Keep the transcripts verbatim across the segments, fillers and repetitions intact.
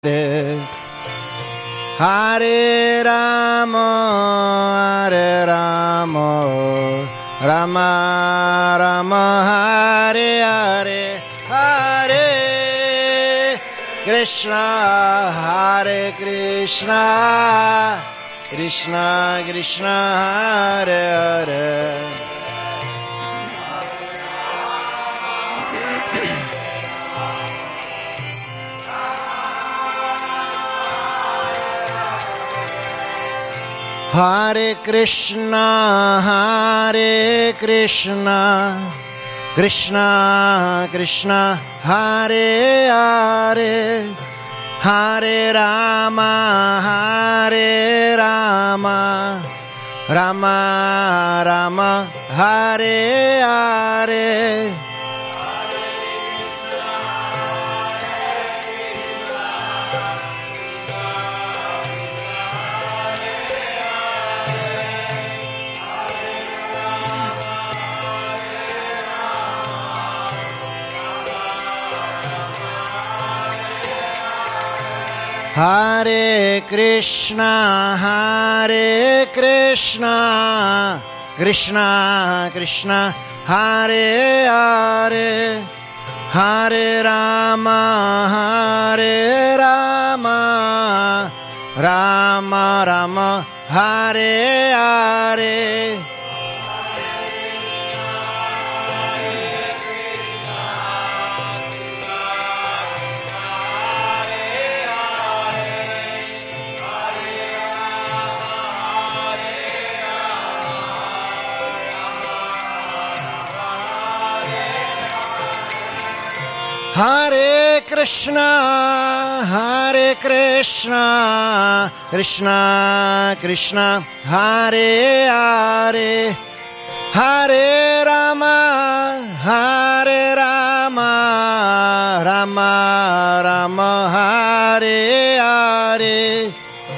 Hare Rama, Hare Rama, Rama Rama, Hare Hare, Hare Krishna, Hare Krishna, Krishna Krishna, Hare Hare. Hare Krishna, Hare Krishna, Krishna Krishna, Hare Hare, Hare Rama, Hare Rama, Rama Rama, Hare Hare. Hare Krishna, Hare Krishna, Krishna Krishna, Hare Hare, Hare Rama, Hare Rama, Rama Rama, Hare Hare. Hare Krishna, Hare Krishna, Krishna Krishna, Hare Hare, Hare Rama, Hare Rama, Rama Rama, Hare Hare.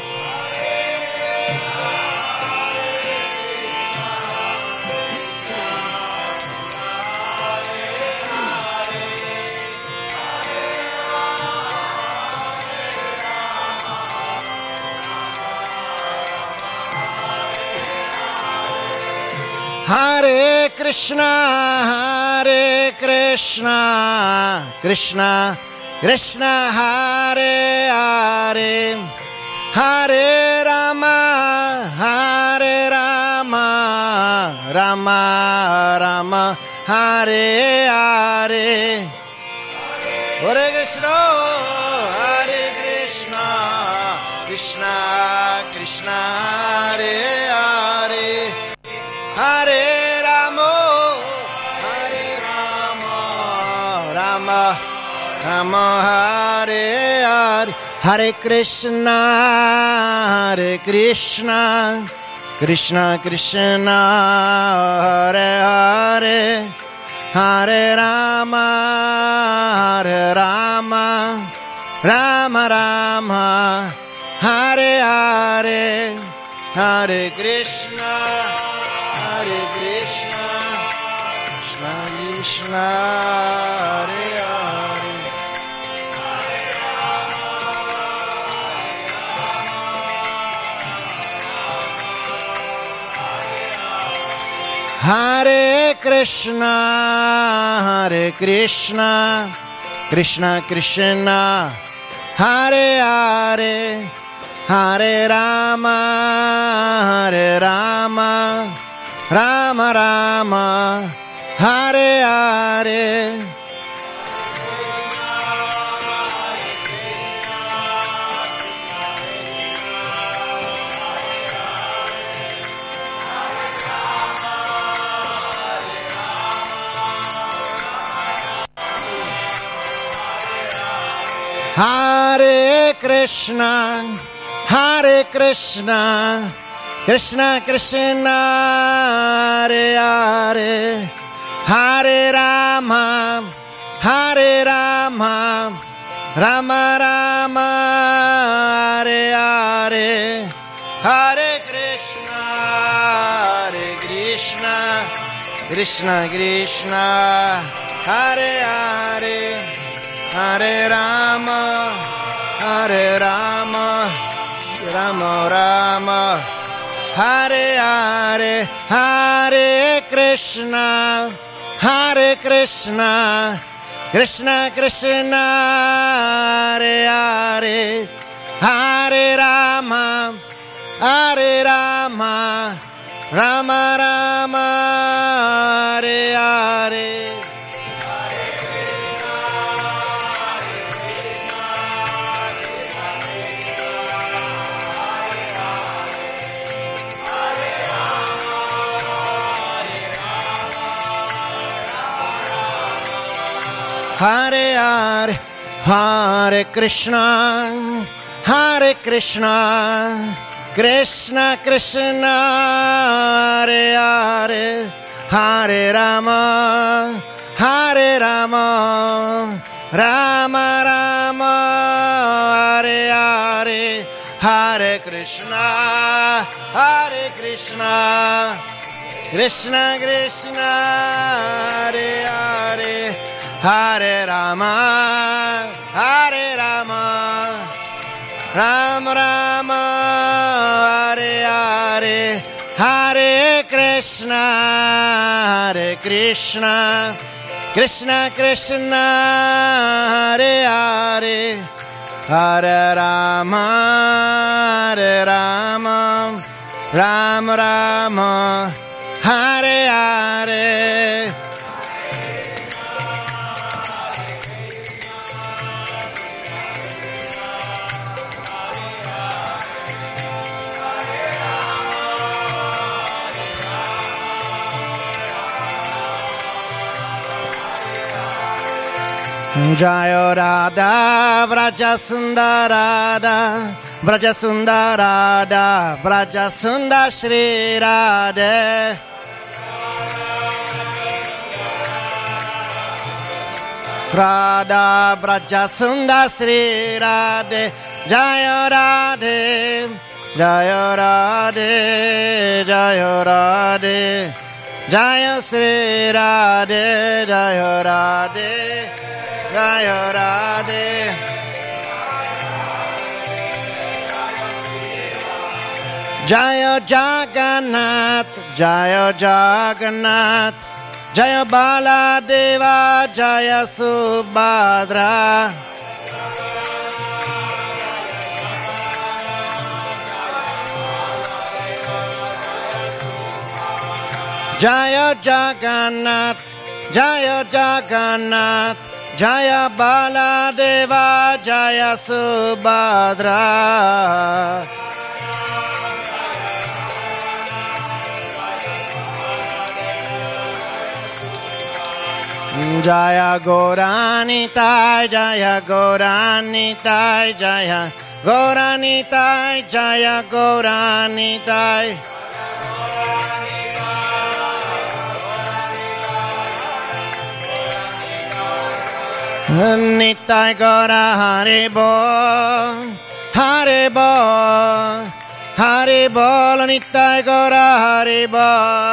Hare Krishna, Hare Krishna, Krishna Krishna, Hare Hare, Hare Rama, Hare Rama, Rama Rama, Hare Hare. Hare Krishna, Hare Krishna, Krishna Krishna, Hare Hare, Hare Rama, Hare Rama, Rama Rama, Hare Hare. Hare Krishna, Hare Krishna, Krishna Krishna, Hare Hare, Hare Rama, Hare Rama, Rama Rama, Hare Hare. Hare Krishna, Hare Krishna, Krishna Krishna, Hare Hare. Hare Krishna, Hare Krishna, Krishna Krishna, Hare Hare, Hare Rama, Hare Rama, Rama Rama, Hare Hare. Hare Krishna, Hare Krishna, Krishna Krishna, Hare Hare, Hare Rama, Hare Rama, Rama Rama, Hare Hare, Hare Krishna, Hare Krishna, Krishna Krishna, Hare Hare, Hare Rama, Hare Rama, Rama Rama, Hare Hare, Hare Krishna, Hare Krishna, Krishna Krishna, Hare Hare, Hare Rama, Hare Rama, Rama Rama, Hare Hare. Hare Hare, Hare Krishna, Hare Krishna, Krishna Krishna, Hare Hare, Hare Rama, Hare Rama, Rama Rama, Hare Hare, Hare Krishna, Hare Krishna, Krishna Krishna, Hare Hare, Hare Rama, Hare Rama, Rama Rama, Hare Hare, Hare Krishna, Hare Krishna, Krishna Krishna, Hare Hare, Hare Rama, Hare Rama, Rama Rama, Hare Hare. Jaya Radha, Vraja Sundarada, Vraja Sundarada, Vraja Sundar Shri Radhe. Radha, Vraja Sundar Shri Radhe, Jaya Radhe, Jaya Radhe, Jaya Radhe, Jaya Shri Radhe, Jaya Radhe, Jaya Radhe. Jaya Jagannath, Jaya Jagannath, Jaya Baladeva, Jaya Subhadra. Jaya Jagannath, Jaya Jagannath, Jaya Baladeva, Jaya Subhadra. Jaya Gauranitai, Jaya Gauranitai, Jaya Gauranitai, Jaya Gauranitai. Nitai Gaura Haribo, Haribo, Haribo, Nitai Gaura Haribo.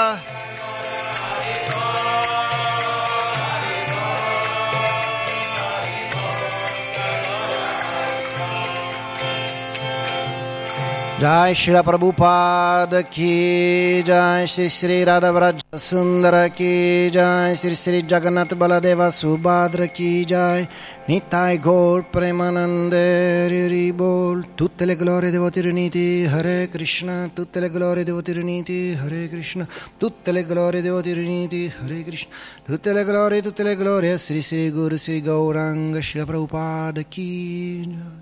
Jai Srila Prabhupada ki Jai, Sri Sri Radha Vraja Sundara ki Jai, Sri Sri Jagannath Baladeva Subhadra ki Jai, Nitai Gaur Premanande Hari Bol. Tutte le glorie devoti riuniti, Hare Krishna. Tutte le glorie devoti riuniti, Hare Krishna. Tutte le glorie devoti riuniti, Hare Krishna. Tutte le glorie, tutte le glorie, Sri Sri Guru Sri Gauranga Srila Prabhupada ki Jai.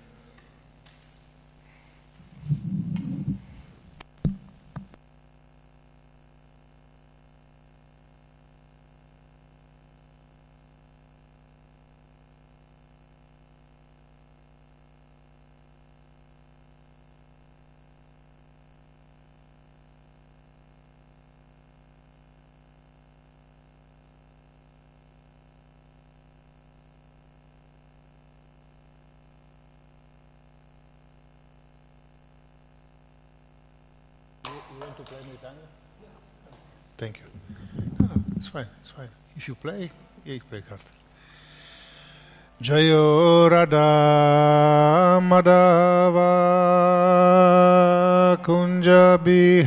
Thank you. No, it's fine, it's fine. If you play, yeah, you play card. Jayo Radha Madhava Kunja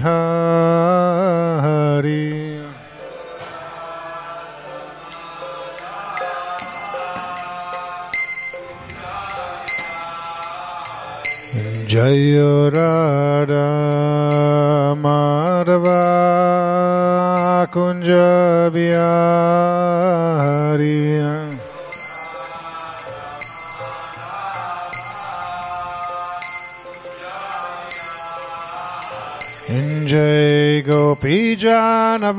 Bihari Jayo Radha Madhava Kunja Bihari Jai Gopi Jana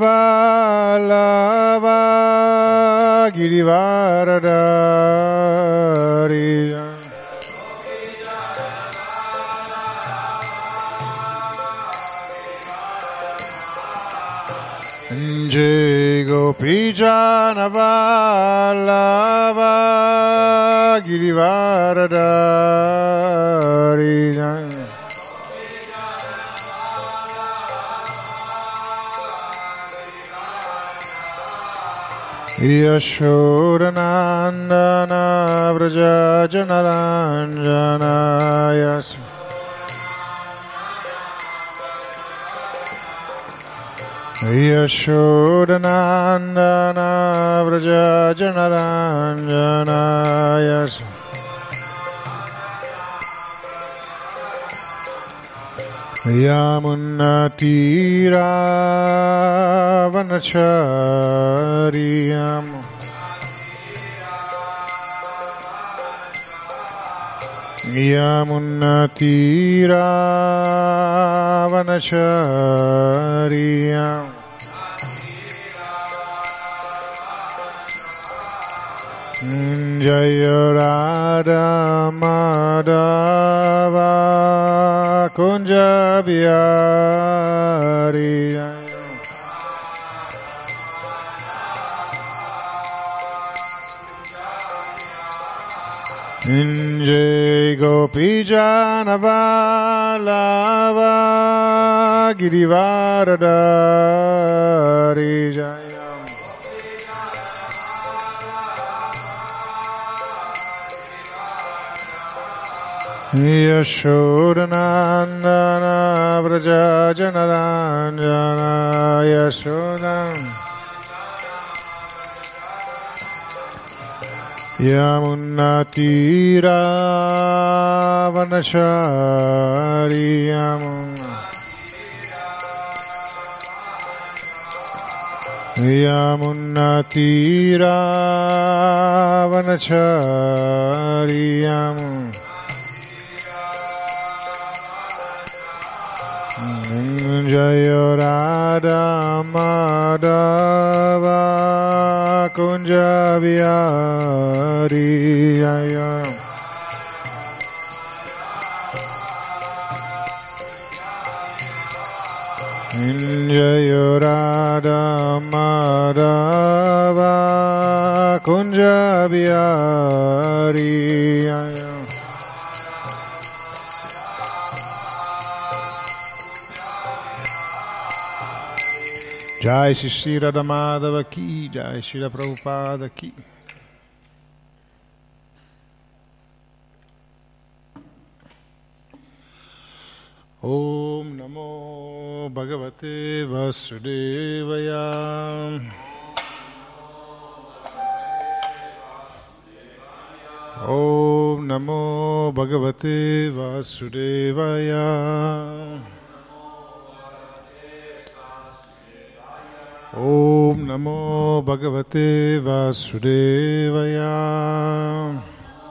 Vallabha Girivaradari Jai Gopi Jana Vallabha Girivaradari Yashodanandana Vraja Janaranjana Yas Yashodanandana Vraja Janaranjana Yas Yamunatira Vanachariyam Yamunatira Vanachariyam Jaya Radha Madhava Kunja Bihari Jai Gopi Jana Vallabha Girivaradari Jaya Yashodanandana Vraja Janaranjana Yashodan Yamunatira Vanachariyam Yamunatira Vanachariyam Jaya Radha Madhava Kunja Bihari Jaya Jaya Radha Madhava Kunja Bihari Jaya Jai Shri Radha Madhava Ki, Jai Shri Prabhupada Ki. Om Namo Bhagavate Vasudevaya. Om Namo Bhagavate Vasudevaya. Om Namo Bhagavate Vasudevaya.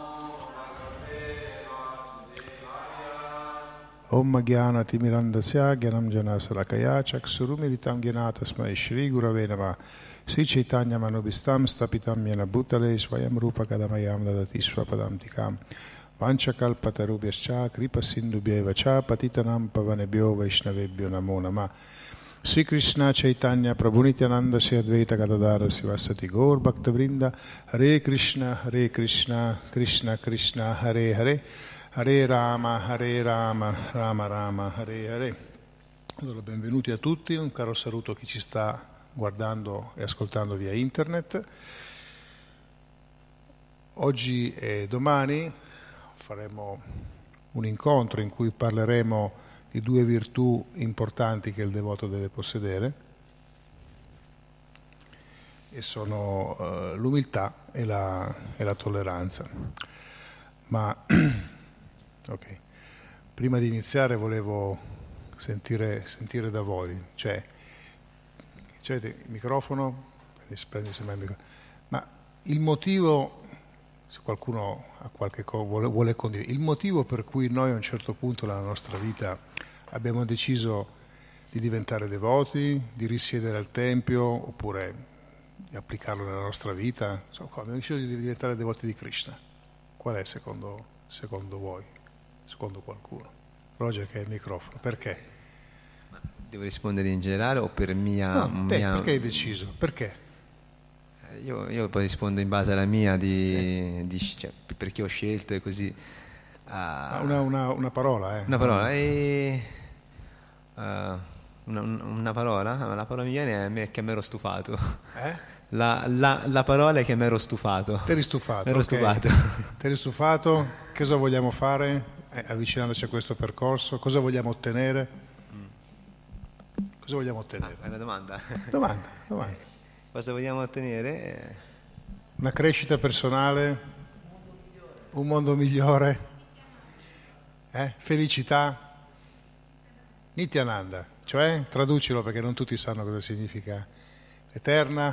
Om Jnana Timirandasya Jnanam Jana Salakaya Chaksurumiritam Jnanatasmai Shri Gurave Namah. Sri Chaitanya Manubhistam Stapitam Yena Bhutale Svayam Rupa Kadamayam Dadati Swapadam Tikam Vanchakalpatarubhyascha Kripa Sindhubhyeva Cha Patitanam Pavanebhyo Vaishnavebhyo Namo Namah. Sri Krishna Chaitanya Prabhu Nityananda Sri Advaita Gadadara Sivasati Gaur Bhakta Vrinda. Hare Krishna Hare Krishna Krishna Krishna Hare Hare Hare Rama Hare Rama Rama Rama Hare Hare. Allora, benvenuti a tutti, un caro saluto a chi ci sta guardando e ascoltando via internet. Oggi e domani faremo un incontro in cui parleremo di due virtù importanti che il devoto deve possedere, e sono uh, l'umiltà e la, e la tolleranza. Ma ok, prima di iniziare volevo sentire, sentire da voi, cioè, avete il microfono? Prendi il microfono. Ma il motivo, se qualcuno ha qualche cosa vuole, vuole condividere, il motivo per cui noi a un certo punto nella nostra vita abbiamo deciso di diventare devoti, di risiedere al Tempio, oppure di applicarlo nella nostra vita, insomma, abbiamo deciso di diventare devoti di Krishna. Qual è secondo, secondo voi, secondo qualcuno? Roger, che è il microfono, perché? Devo rispondere in generale o per mia... No, te, mia... perché hai deciso? Perché? Io, io poi rispondo in base alla mia, di, sì. di, cioè, perché ho scelto e così. Uh, una, una, una parola, eh? Una parola, e, uh, una, una parola? La parola mi viene è che mi ero stufato. Eh? La, la, la parola è che mi ero stufato. Ti eri stufato? Mi ero okay. stufato. Ti eri stufato? Cosa vogliamo fare eh, avvicinandoci a questo percorso? Cosa vogliamo ottenere? Mm. Cosa vogliamo ottenere? Ah, è una domanda. Domanda, domanda. Cosa vogliamo ottenere? Una crescita personale, un mondo migliore, eh? Felicità, Nityananda, cioè traducilo perché non tutti sanno cosa significa eterna.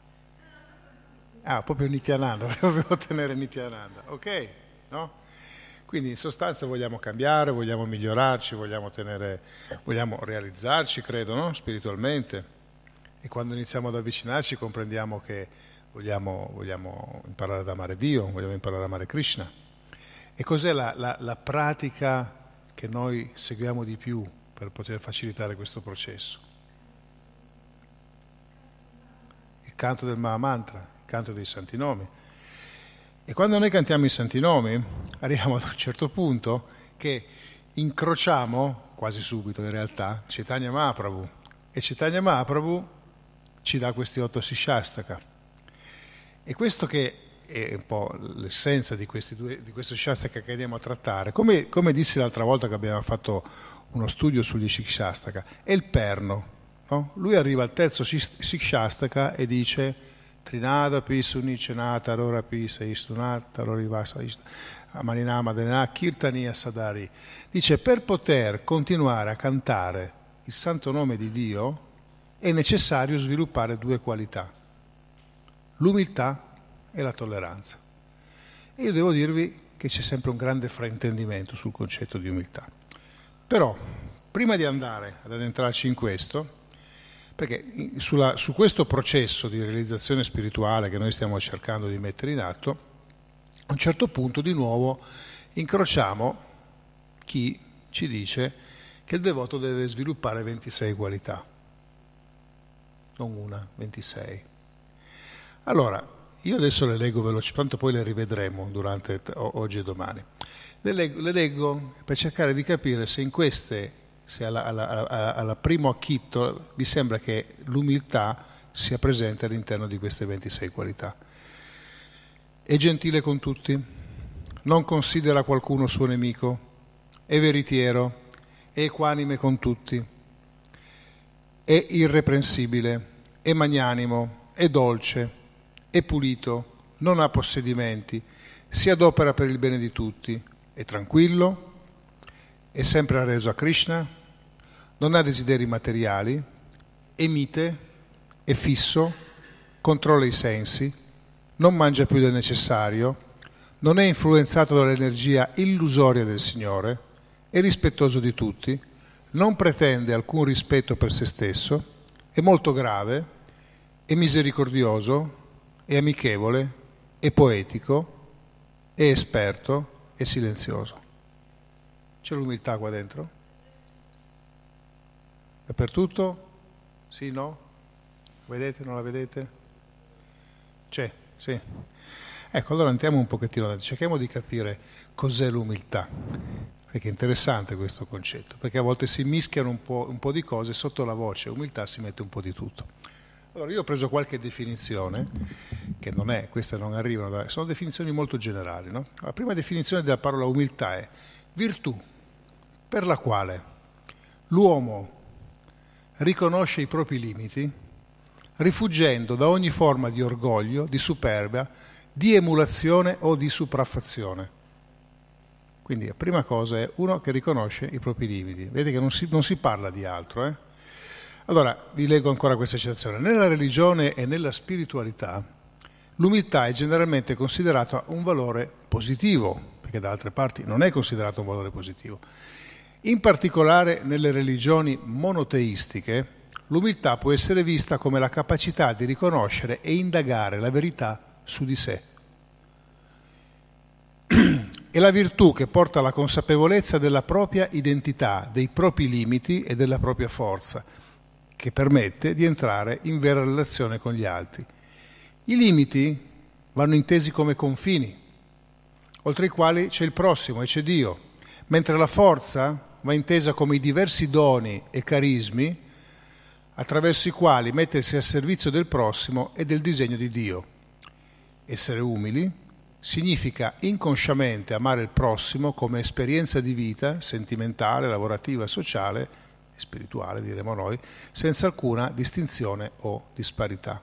Ah, proprio Nityananda, vogliamo ottenere Nityananda, ok? No? Quindi in sostanza vogliamo cambiare, vogliamo migliorarci, vogliamo ottenere, vogliamo realizzarci, credo, no? Spiritualmente. E quando iniziamo ad avvicinarci comprendiamo che vogliamo, vogliamo imparare ad amare Dio, vogliamo imparare ad amare Krishna. E cos'è la, la, la pratica che noi seguiamo di più per poter facilitare questo processo? Il canto del Mahamantra, il canto dei Santi Nomi. E quando noi cantiamo i Santi Nomi arriviamo ad un certo punto che incrociamo, quasi subito in realtà, Chaitanya Mahaprabhu. E Chaitanya Mahaprabhu ci dà questi otto Shikshastaka. E questo che è un po' l'essenza di, questi due, di questo Shikshastaka che andiamo a trattare, come, come dissi l'altra volta che abbiamo fatto uno studio sugli Shikshastaka, è il perno. No? Lui arriva al terzo Shikshastaka e dice Trinada pi sunicenata rora pi saistunata rorivasa amaninama denena kirtaniya sadari. Dice, per poter continuare a cantare il santo nome di Dio è necessario sviluppare due qualità, l'umiltà e la tolleranza. E io devo dirvi che c'è sempre un grande fraintendimento sul concetto di umiltà. Però, prima di andare ad addentrarci in questo, perché sulla, su questo processo di realizzazione spirituale che noi stiamo cercando di mettere in atto, a un certo punto di nuovo incrociamo chi ci dice che il devoto deve sviluppare ventisei qualità. Non una, ventisei. Allora, io adesso le leggo velocemente, tanto poi le rivedremo durante oggi e domani. Le leggo, le leggo per cercare di capire se in queste, se alla, alla, alla, alla primo acchitto vi sembra che l'umiltà sia presente all'interno di queste ventisei qualità. È gentile con tutti, non considera qualcuno suo nemico, è veritiero, è equanime con tutti, è irreprensibile, è magnanimo, è dolce, è pulito, non ha possedimenti, si adopera per il bene di tutti, è tranquillo, è sempre arreso a Krishna, non ha desideri materiali, è mite, è fisso, controlla i sensi, non mangia più del necessario, non è influenzato dall'energia illusoria del Signore, è rispettoso di tutti, non pretende alcun rispetto per se stesso, è molto grave, è misericordioso, è amichevole, è poetico, è esperto, è silenzioso. C'è l'umiltà qua dentro? Dappertutto? Sì, no? Vedete, non la vedete? C'è, sì. Ecco, allora andiamo un pochettino avanti, cerchiamo di capire cos'è l'umiltà, perché è interessante questo concetto, perché a volte si mischiano un po', un po' di cose, sotto la voce umiltà si mette un po' di tutto. Allora, io ho preso qualche definizione, che non è, queste non arrivano, da, sono definizioni molto generali, no? La prima definizione della parola umiltà è virtù per la quale l'uomo riconosce i propri limiti, rifuggendo da ogni forma di orgoglio, di superbia, di emulazione o di sopraffazione. Quindi la prima cosa è uno che riconosce i propri limiti. Vedete che non si, non si parla di altro. Eh? Allora, vi leggo ancora questa citazione. Nella religione e nella spiritualità, l'umiltà è generalmente considerata un valore positivo, perché da altre parti non è considerato un valore positivo. In particolare nelle religioni monoteistiche, l'umiltà può essere vista come la capacità di riconoscere e indagare la verità su di sé. È la virtù che porta alla consapevolezza della propria identità, dei propri limiti e della propria forza, che permette di entrare in vera relazione con gli altri. I limiti vanno intesi come confini, oltre i quali c'è il prossimo e c'è Dio, mentre la forza va intesa come i diversi doni e carismi attraverso i quali mettersi a servizio del prossimo e del disegno di Dio. Essere umili significa inconsciamente amare il prossimo come esperienza di vita sentimentale, lavorativa, sociale e spirituale, diremo noi, senza alcuna distinzione o disparità.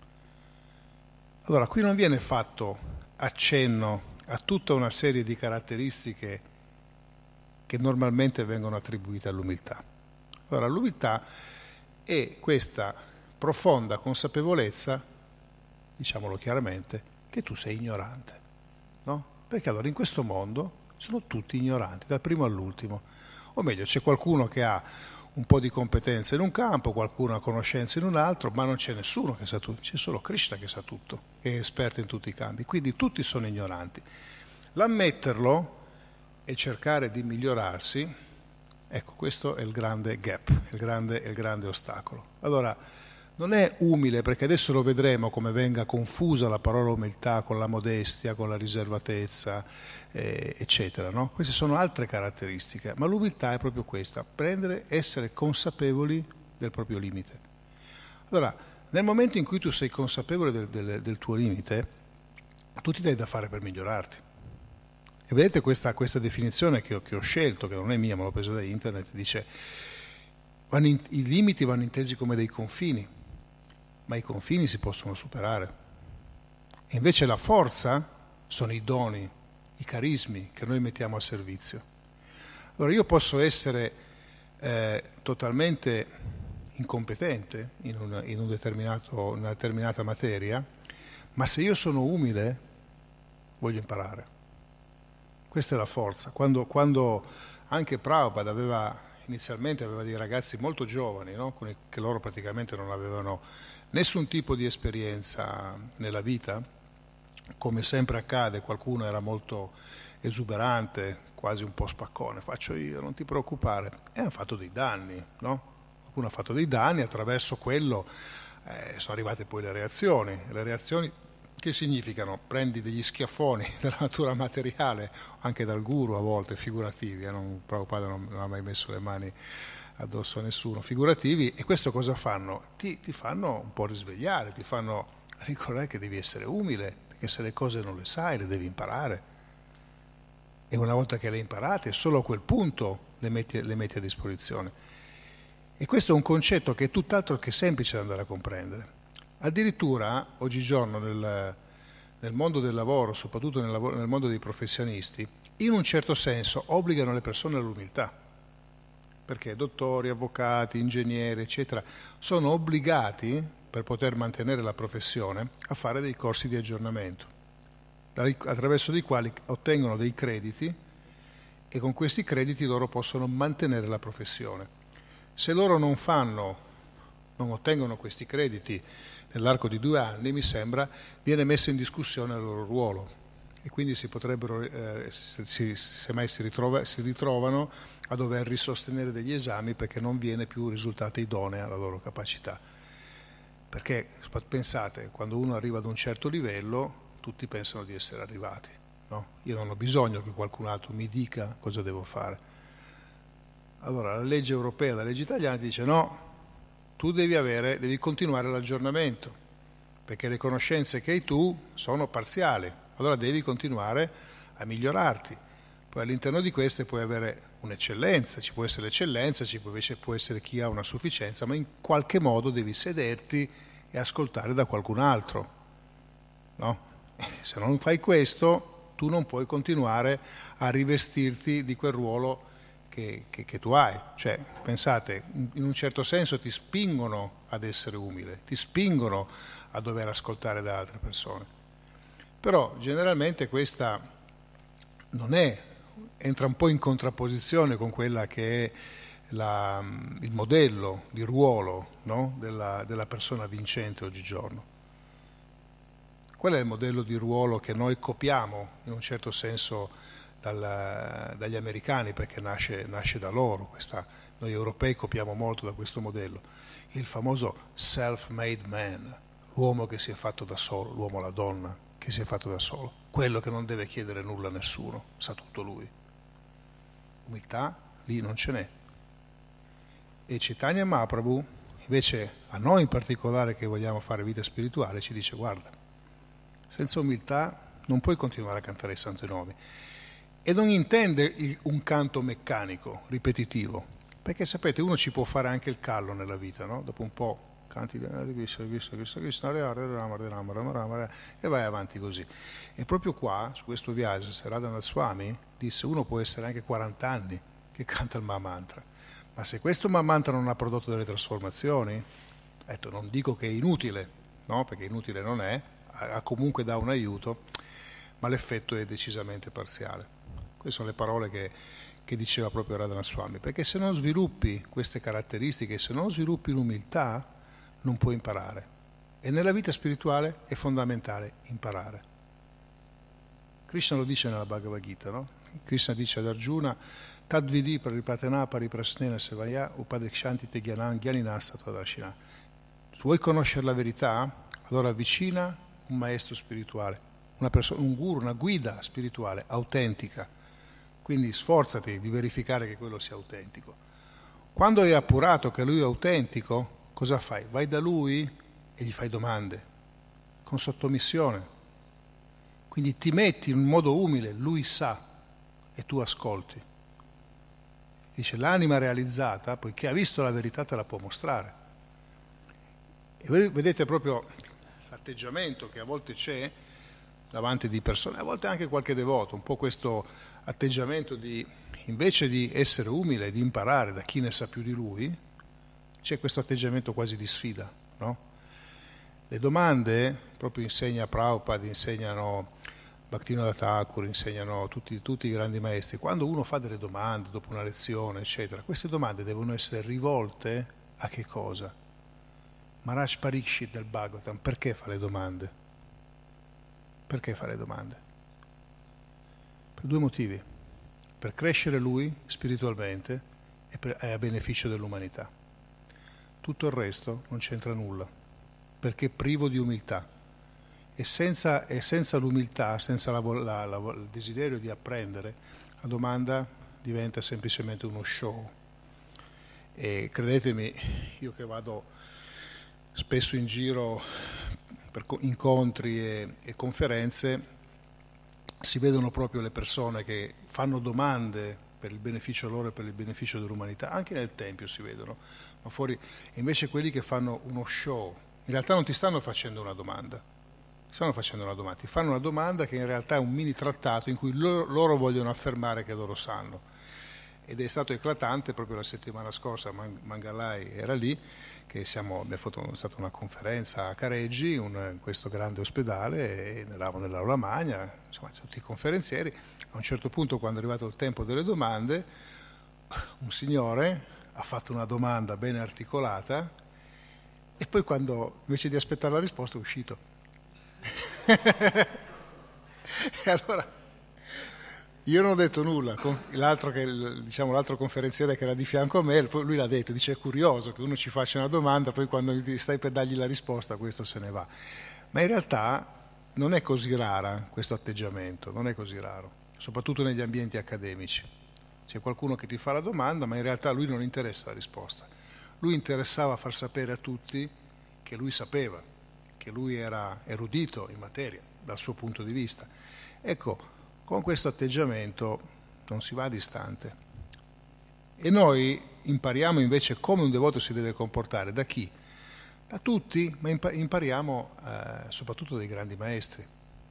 Allora, qui non viene fatto accenno a tutta una serie di caratteristiche che normalmente vengono attribuite all'umiltà. Allora, l'umiltà è questa profonda consapevolezza, diciamolo chiaramente, che tu sei ignorante. No? Perché allora in questo mondo sono tutti ignoranti, dal primo all'ultimo. O meglio, c'è qualcuno che ha un po' di competenze in un campo, qualcuno ha conoscenze in un altro, ma non c'è nessuno che sa tutto, c'è solo Krishna che sa tutto, che è esperto in tutti i campi. Quindi tutti sono ignoranti. L'ammetterlo e cercare di migliorarsi, ecco, questo è il grande gap, il grande, il grande ostacolo. Allora, non è umile, perché adesso lo vedremo come venga confusa la parola umiltà con la modestia, con la riservatezza, eh, eccetera, no? Queste sono altre caratteristiche, ma l'umiltà è proprio questa, prendere, essere consapevoli del proprio limite. Allora, nel momento in cui tu sei consapevole del, del, del tuo limite, tu ti dai da fare per migliorarti. E vedete questa, questa definizione che ho, che ho scelto, che non è mia, ma l'ho presa da internet, dice vanno in, i limiti vanno intesi come dei confini, ma i confini si possono superare. E invece la forza sono i doni, i carismi che noi mettiamo a servizio. Allora io posso essere eh, totalmente incompetente in, un, in un determinato, una determinata materia, ma se io sono umile voglio imparare. Questa è la forza. Quando, quando anche Prabhupada aveva, inizialmente aveva dei ragazzi molto giovani, no? Che loro praticamente non avevano nessun tipo di esperienza nella vita, come sempre accade, qualcuno era molto esuberante, quasi un po' spaccone, faccio io, non ti preoccupare, e hanno fatto dei danni, no? Qualcuno ha fatto dei danni, attraverso quello eh, sono arrivate poi le reazioni, le reazioni che significano? Prendi degli schiaffoni della natura materiale, anche dal guru a volte, figurativi, eh? non, Prabhupada non, non ha mai messo le mani addosso a nessuno, figurativi, e questo cosa fanno? Ti, ti fanno un po' risvegliare, ti fanno ricordare che devi essere umile, perché se le cose non le sai le devi imparare, e una volta che le hai imparate solo a quel punto le metti, le metti a disposizione. E questo è un concetto che è tutt'altro che semplice da andare a comprendere. Addirittura oggigiorno nel, nel mondo del lavoro, soprattutto nel, lavoro, nel mondo dei professionisti, in un certo senso obbligano le persone all'umiltà, perché dottori, avvocati, ingegneri, eccetera, sono obbligati, per poter mantenere la professione, a fare dei corsi di aggiornamento, attraverso dei quali ottengono dei crediti e con questi crediti loro possono mantenere la professione. Se loro non fanno, non ottengono questi crediti nell'arco di due anni, mi sembra, viene messo in discussione il loro ruolo. E quindi si potrebbero, eh, se, se, se mai si, ritrova, si ritrovano a dover risostenere degli esami perché non viene più risultata idonea alla loro capacità. Perché, pensate, quando uno arriva ad un certo livello, tutti pensano di essere arrivati, no? Io non ho bisogno che qualcun altro mi dica cosa devo fare. Allora, la legge europea e la legge italiana dice no, tu devi avere, devi continuare l'aggiornamento, perché le conoscenze che hai tu sono parziali, allora devi continuare a migliorarti. Poi all'interno di queste puoi avere un'eccellenza, ci può essere l'eccellenza, ci può, invece può essere chi ha una sufficienza, ma in qualche modo devi sederti e ascoltare da qualcun altro, no? Se non fai questo, tu non puoi continuare a rivestirti di quel ruolo che, che, che tu hai. Cioè, pensate, in un certo senso ti spingono ad essere umile, ti spingono a dover ascoltare da altre persone. Però generalmente questa non è, entra un po' in contrapposizione con quella che è la, il modello di ruolo, no? della, della persona vincente oggigiorno. Qual è il modello di ruolo che noi copiamo in un certo senso dal, dagli americani, perché nasce, nasce da loro, questa, noi europei copiamo molto da questo modello, il famoso self-made man, l'uomo che si è fatto da solo, l'uomo, la donna che si è fatto da solo, quello che non deve chiedere nulla a nessuno, sa tutto lui. Umiltà lì non ce n'è. E Chaitanya Mahaprabhu invece a noi in particolare che vogliamo fare vita spirituale ci dice: guarda, senza umiltà non puoi continuare a cantare i santi nomi. E non intende un canto meccanico, ripetitivo, perché sapete, uno ci può fare anche il callo nella vita, no? Dopo un po' canti e vai avanti così. E proprio qua, su questo viaggio, Radhanath Swami disse: uno può essere anche quaranta anni che canta il Mahamantra, ma se questo Mahamantra non ha prodotto delle trasformazioni, ecco, non dico che è inutile, no? Perché inutile non è, ha comunque dà un aiuto, ma l'effetto è decisamente parziale. Queste sono le parole che, che diceva proprio Radhanath Swami, perché se non sviluppi queste caratteristiche, se non sviluppi l'umiltà, non puoi imparare. E nella vita spirituale è fondamentale imparare. Krishna lo dice nella Bhagavad Gita, no? Krishna dice ad Arjuna: Tadvidi paripratena pariprasnena sevaya upadekshanti te gyanam gyaninassa tadashina. Vuoi conoscere la verità? Allora avvicina un maestro spirituale, una persona, un guru, una guida spirituale autentica. Quindi sforzati di verificare che quello sia autentico. Quando hai appurato che lui è autentico, cosa fai? Vai da lui e gli fai domande, con sottomissione. Quindi ti metti in un modo umile, lui sa e tu ascolti. Dice: l'anima realizzata, poiché ha visto la verità, te la può mostrare. E vedete proprio l'atteggiamento che a volte c'è davanti di persone, a volte anche qualche devoto, un po' questo atteggiamento di, invece di essere umile, di imparare da chi ne sa più di lui, c'è questo atteggiamento quasi di sfida, no? Le domande, proprio insegna Prabhupada, insegnano Bhaktivinoda Thakur, insegnano tutti, tutti i grandi maestri, quando uno fa delle domande dopo una lezione, eccetera, queste domande devono essere rivolte a che cosa? Maharaj Parikshit del Bhagavatam, perché fa le domande? Perché fa le domande? Per due motivi: per crescere lui spiritualmente e, per, e a beneficio dell'umanità. Tutto il resto non c'entra nulla, perché è privo di umiltà. E senza, e senza l'umiltà, senza la, la, la, il desiderio di apprendere, la domanda diventa semplicemente uno show. E credetemi, io che vado spesso in giro per incontri e, e conferenze, si vedono proprio le persone che fanno domande per il beneficio loro e per il beneficio dell'umanità, anche nel Tempio si vedono, ma fuori, e invece quelli che fanno uno show, in realtà non ti stanno facendo una domanda, ti stanno facendo una domanda, ti fanno una domanda che in realtà è un mini trattato in cui loro, loro vogliono affermare che loro sanno. Ed è stato eclatante proprio la settimana scorsa, Mangalai era lì, che siamo, abbiamo fatto è stata una conferenza a Careggi, un, in questo grande ospedale, e eravamo nell'aula magna, insomma tutti i conferenzieri. A un certo punto, quando è arrivato il tempo delle domande, un signore ha fatto una domanda ben articolata e poi, quando invece di aspettare la risposta, è uscito. E allora io non ho detto nulla, l'altro, che, diciamo, l'altro conferenziere che era di fianco a me, lui l'ha detto, dice: è curioso che uno ci faccia una domanda, poi quando stai per dargli la risposta questo se ne va. Ma in realtà non è così rara questo atteggiamento, non è così raro, soprattutto negli ambienti accademici. C'è qualcuno che ti fa la domanda, ma in realtà a lui non interessa la risposta, lui interessava far sapere a tutti che lui sapeva, che lui era erudito in materia dal suo punto di vista. Ecco, con questo atteggiamento non si va distante. E noi impariamo invece come un devoto si deve comportare. Da chi? Da tutti, ma impariamo eh, soprattutto dai grandi maestri.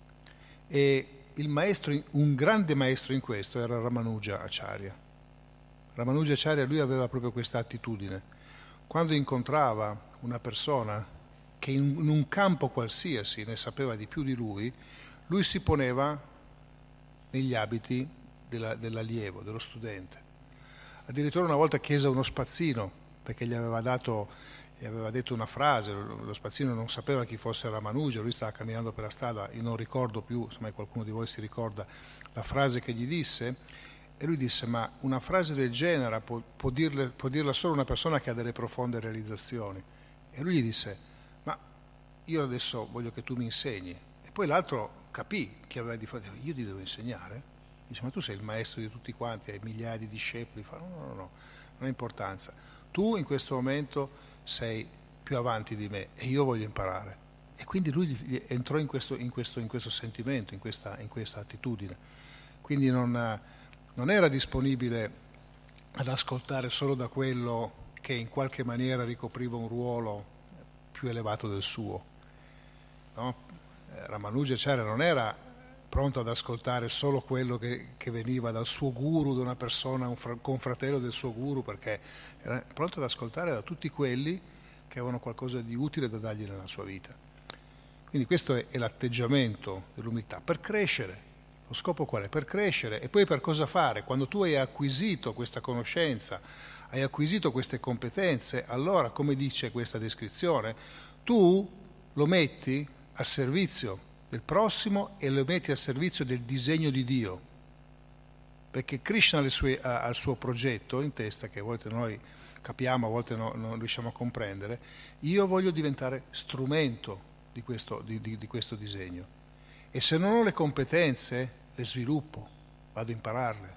E il maestro, un grande maestro in questo era Ramanuja Acharya. Ramanuja Acharya, lui aveva proprio questa attitudine. Quando incontrava una persona che in un campo qualsiasi ne sapeva di più di lui, lui si poneva negli abiti della, dell'allievo, dello studente. Addirittura una volta chiese uno spazzino, perché gli aveva dato, gli aveva detto una frase, lo spazzino non sapeva chi fosse Ramanuja, lui stava camminando per la strada, io non ricordo più, se mai qualcuno di voi si ricorda la frase che gli disse, e lui disse: ma una frase del genere può, può, dirle, può dirla solo una persona che ha delle profonde realizzazioni. E lui gli disse: ma io adesso voglio che tu mi insegni. E poi l'altro capì che aveva di fronte, io ti devo insegnare? Dice: ma tu sei il maestro di tutti quanti, hai migliaia di discepoli. Fa: no, no, no, no, non ha importanza. Tu in questo momento sei più avanti di me e io voglio imparare. E quindi lui gli entrò in questo, in questo, in questo sentimento, in questa, in questa attitudine. Quindi non, non era disponibile ad ascoltare solo da quello che in qualche maniera ricopriva un ruolo più elevato del suo. No? Ramanuja Acharya non era pronto ad ascoltare solo quello che, che veniva dal suo guru, da una persona, un fra, confratello del suo guru, perché era pronto ad ascoltare da tutti quelli che avevano qualcosa di utile da dargli nella sua vita. Quindi questo è, è l'atteggiamento dell'umiltà, per crescere. Lo scopo qual è? Per crescere. E poi per cosa fare? Quando tu hai acquisito questa conoscenza, hai acquisito queste competenze, allora, come dice questa descrizione, tu lo metti al servizio del prossimo e lo metti al servizio del disegno di Dio, perché Krishna ha, sue, ha, ha il suo progetto in testa, che a volte noi capiamo, a volte no, non riusciamo a comprendere. Io voglio diventare strumento di questo, di, di, di questo disegno, e se non ho le competenze le sviluppo, vado a impararle.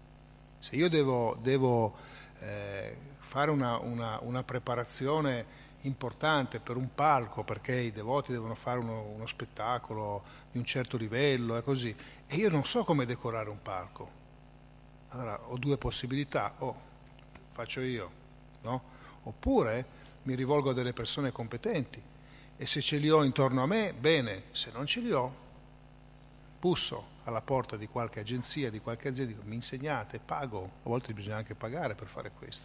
Se io devo, devo eh, fare una, una, una preparazione importante per un palco, perché i devoti devono fare uno, uno spettacolo di un certo livello e così, e io non so come decorare un palco, allora ho due possibilità: o faccio io, no? Oppure mi rivolgo a delle persone competenti, e se ce li ho intorno a me, bene, se non ce li ho, busso alla porta di qualche agenzia, di qualche azienda, dico: mi insegnate, pago. A volte bisogna anche pagare per fare questo,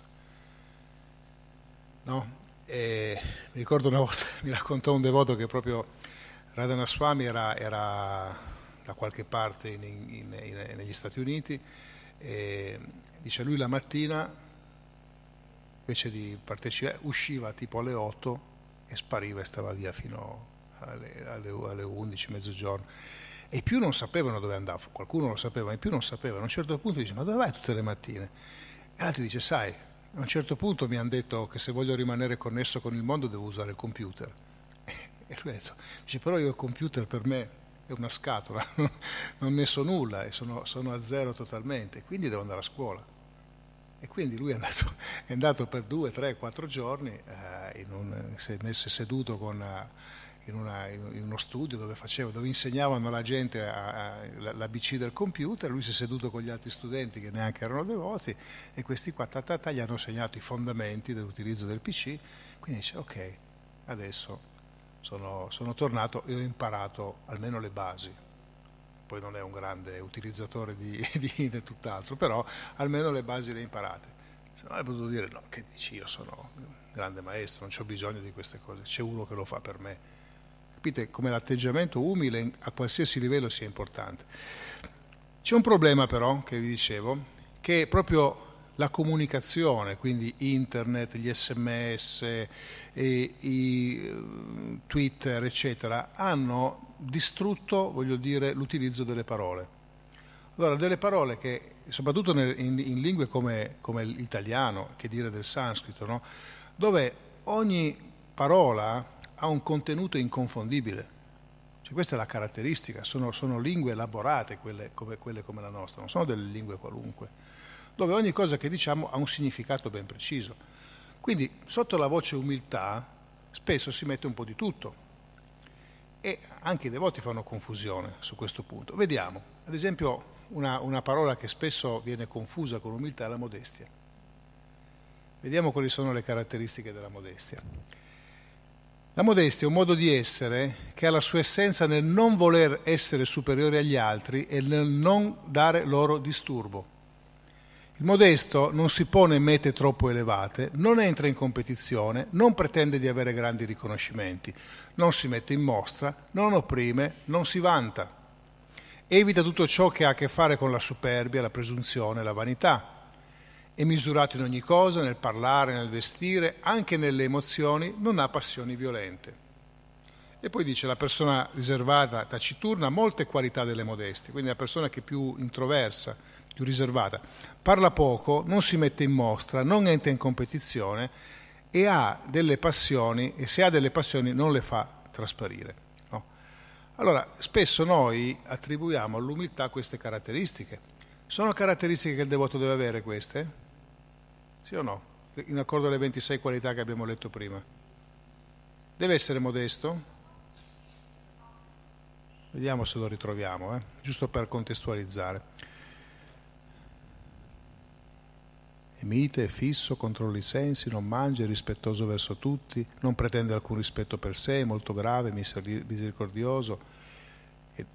no? E mi ricordo una volta, mi raccontò un devoto che proprio Radhana Swami era, era da qualche parte in, in, in, negli Stati Uniti, e dice: lui la mattina invece di partecipare usciva tipo alle otto e spariva e stava via fino alle, alle, alle undici, mezzogiorno, e i più non sapevano dove andava. Qualcuno lo sapeva, ma i più non sapevano. A un certo punto dice: ma dove vai tutte le mattine? E l'altro dice: sai, a un certo punto mi hanno detto che se voglio rimanere connesso con il mondo devo usare il computer. E lui ha detto, dice: però io il computer per me è una scatola, non ne so nulla e sono, sono a zero totalmente, quindi devo andare a scuola. E quindi lui è andato, è andato per due, tre, quattro giorni, eh, in un, si è messo seduto con, uh, in, una, in uno studio dove, facevo, dove insegnavano alla gente l'A B C del computer. Lui si è seduto con gli altri studenti che neanche erano devoti, e questi qua ta, ta, ta, gli hanno insegnato i fondamenti dell'utilizzo del P C. Quindi dice: ok, adesso sono, sono tornato e ho imparato almeno le basi. Poi non è un grande utilizzatore di, di, di tutt'altro, però almeno le basi le imparate. Se no, hai potuto dire: no, che dici, io sono un grande maestro, non c'ho bisogno di queste cose, c'è uno che lo fa per me. Capite come l'atteggiamento umile a qualsiasi livello sia importante. C'è un problema però, che vi dicevo, che proprio la comunicazione, quindi internet, gli sms, e i Twitter, eccetera, hanno distrutto, voglio dire, l'utilizzo delle parole. Allora, delle parole che, soprattutto nel, in, in lingue come, come l'italiano, che dire del sanscrito, no? Dove ogni parola ha un contenuto inconfondibile. Cioè, questa è la caratteristica, sono, sono lingue elaborate, quelle come, quelle come la nostra, non sono delle lingue qualunque, dove ogni cosa che diciamo ha un significato ben preciso. Quindi sotto la voce umiltà spesso si mette un po' di tutto e anche i devoti fanno confusione su questo punto. Vediamo, ad esempio, una, una parola che spesso viene confusa con umiltà è la modestia. Vediamo quali sono le caratteristiche della modestia. La modestia è un modo di essere che ha la sua essenza nel non voler essere superiore agli altri e nel non dare loro disturbo. Il modesto non si pone mete troppo elevate, non entra in competizione, non pretende di avere grandi riconoscimenti, non si mette in mostra, non opprime, non si vanta. Evita tutto ciò che ha a che fare con la superbia, la presunzione, la vanità. È misurato in ogni cosa, nel parlare, nel vestire, anche nelle emozioni, non ha passioni violente. E poi dice la persona riservata, taciturna, ha molte qualità delle modestie, quindi la persona che è più introversa, più riservata, parla poco, non si mette in mostra, non entra in competizione e ha delle passioni, e se ha delle passioni non le fa trasparire. No? Allora, spesso noi attribuiamo all'umiltà queste caratteristiche. Sono caratteristiche che il devoto deve avere queste? Sì o no? In accordo alle ventisei qualità che abbiamo letto prima. Deve essere modesto? Vediamo se lo ritroviamo, eh? Giusto per contestualizzare. È mite, è fisso, controlla i sensi, non mangia, è rispettoso verso tutti, non pretende alcun rispetto per sé, è molto grave, misericordioso. E...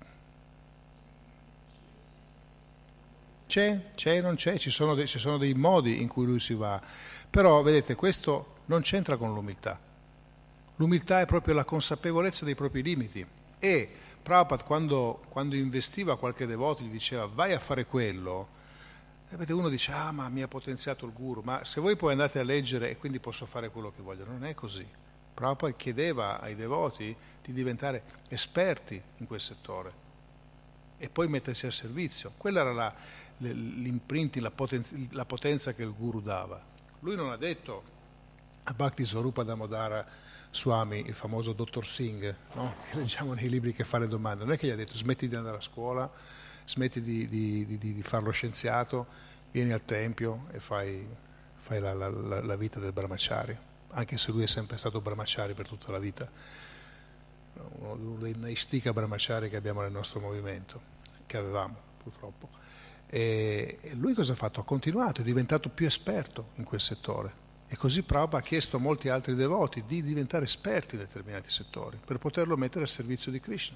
C'è, c'è, non c'è, ci sono, dei, ci sono dei modi in cui lui si va, però vedete questo non c'entra con l'umiltà. L'umiltà è proprio la consapevolezza dei propri limiti e Prabhupada quando, quando investiva qualche devoto gli diceva vai a fare quello, e uno dice ah ma mi ha potenziato il guru, ma se voi poi andate a leggere e quindi posso fare quello che voglio, non è così. Prabhupada chiedeva ai devoti di diventare esperti in quel settore e poi mettersi a servizio. Quella era la, l'imprinting, la, potenza, la potenza che il guru dava. Lui non ha detto a Bhakti Swarupa Damodara Swami, il famoso dottor Singh, no? Che leggiamo nei libri che fa le domande, non è che gli ha detto smetti di andare a scuola, smetti di, di, di, di fare lo scienziato, vieni al tempio e fai, fai la, la, la, la vita del brahmachari, anche se lui è sempre stato brahmachari per tutta la vita, uno dei naistika brahmachari che abbiamo nel nostro movimento, che avevamo purtroppo. E lui cosa ha fatto? Ha continuato, è diventato più esperto in quel settore. E così Prabhupada ha chiesto a molti altri devoti di diventare esperti in determinati settori per poterlo mettere al servizio di Krishna.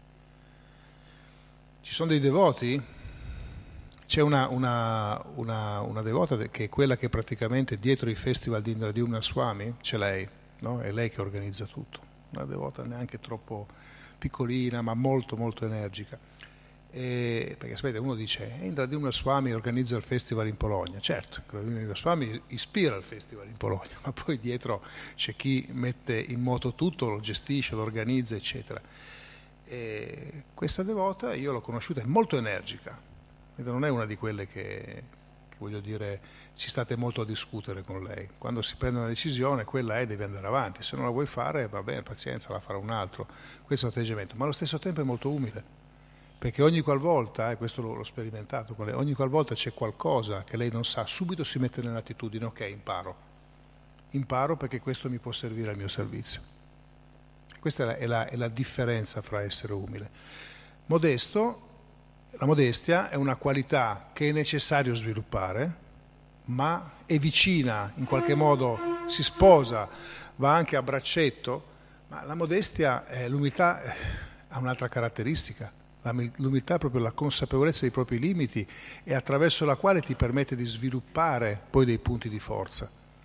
Ci sono dei devoti, c'è una, una, una, una devota che è quella che praticamente dietro i festival di Indradyumna Swami, c'è lei, no? È lei che organizza tutto, una devota neanche troppo piccolina ma molto molto energica. E, perché sapete, uno dice eh, Indradyumna Swami organizza il festival in Polonia, certo, Indradyumna Swami ispira il festival in Polonia, ma poi dietro c'è chi mette in moto tutto, lo gestisce, lo organizza, eccetera. E questa devota io l'ho conosciuta, è molto energica, non è una di quelle che, che voglio dire ci state molto a discutere con lei. Quando si prende una decisione quella è, devi andare avanti, se non la vuoi fare va bene, pazienza, la farà un altro. Questo è l'atteggiamento, ma allo stesso tempo è molto umile, perché ogni qualvolta, e eh, questo l'ho, l'ho sperimentato con lei, ogni qualvolta c'è qualcosa che lei non sa, subito si mette nell'attitudine ok, imparo imparo perché questo mi può servire al mio servizio. Questa è la, è la, è la differenza fra essere umile. Modesto, la modestia è una qualità che è necessario sviluppare, ma è vicina, in qualche modo si sposa, va anche a braccetto, ma la modestia, eh, l'umiltà eh, ha un'altra caratteristica. L'umiltà è proprio la consapevolezza dei propri limiti e attraverso la quale ti permette di sviluppare poi dei punti di forza.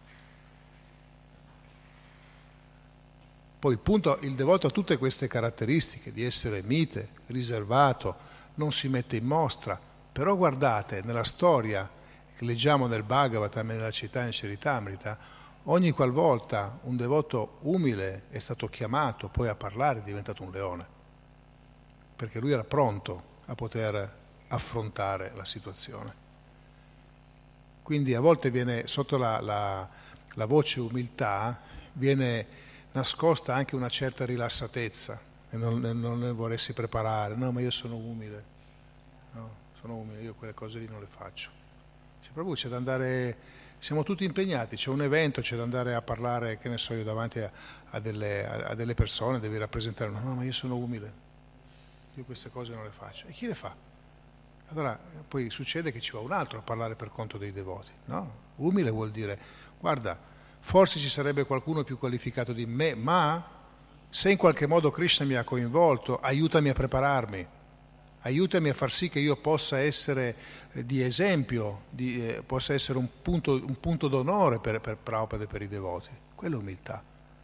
Poi il punto, il devoto ha tutte queste caratteristiche di essere mite, riservato, non si mette in mostra, però guardate, nella storia che leggiamo nel Bhagavatam e nella Chaitanya Charitamrita, ogni qualvolta un devoto umile è stato chiamato poi a parlare è diventato un leone, perché lui era pronto a poter affrontare la situazione. Quindi a volte viene sotto la, la, la voce umiltà viene nascosta anche una certa rilassatezza e non, non ne vorresti preparare, no ma io sono umile, no, sono umile, io quelle cose lì non le faccio. Cioè, proprio c'è da andare Siamo tutti impegnati, c'è un evento, c'è da andare a parlare, che ne so io, davanti a, a, delle, a, a delle persone, devi rappresentare, no, no, ma io sono umile, io queste cose non le faccio. E chi le fa? Allora poi succede che ci va un altro a parlare per conto dei devoti, no? Umile vuol dire, guarda, forse ci sarebbe qualcuno più qualificato di me, ma se in qualche modo Krishna mi ha coinvolto, aiutami a prepararmi. Aiutami a far sì che io possa essere di esempio, di, eh, possa essere un punto, un punto d'onore per, per Prabhupada e per i devoti. Quella è umiltà.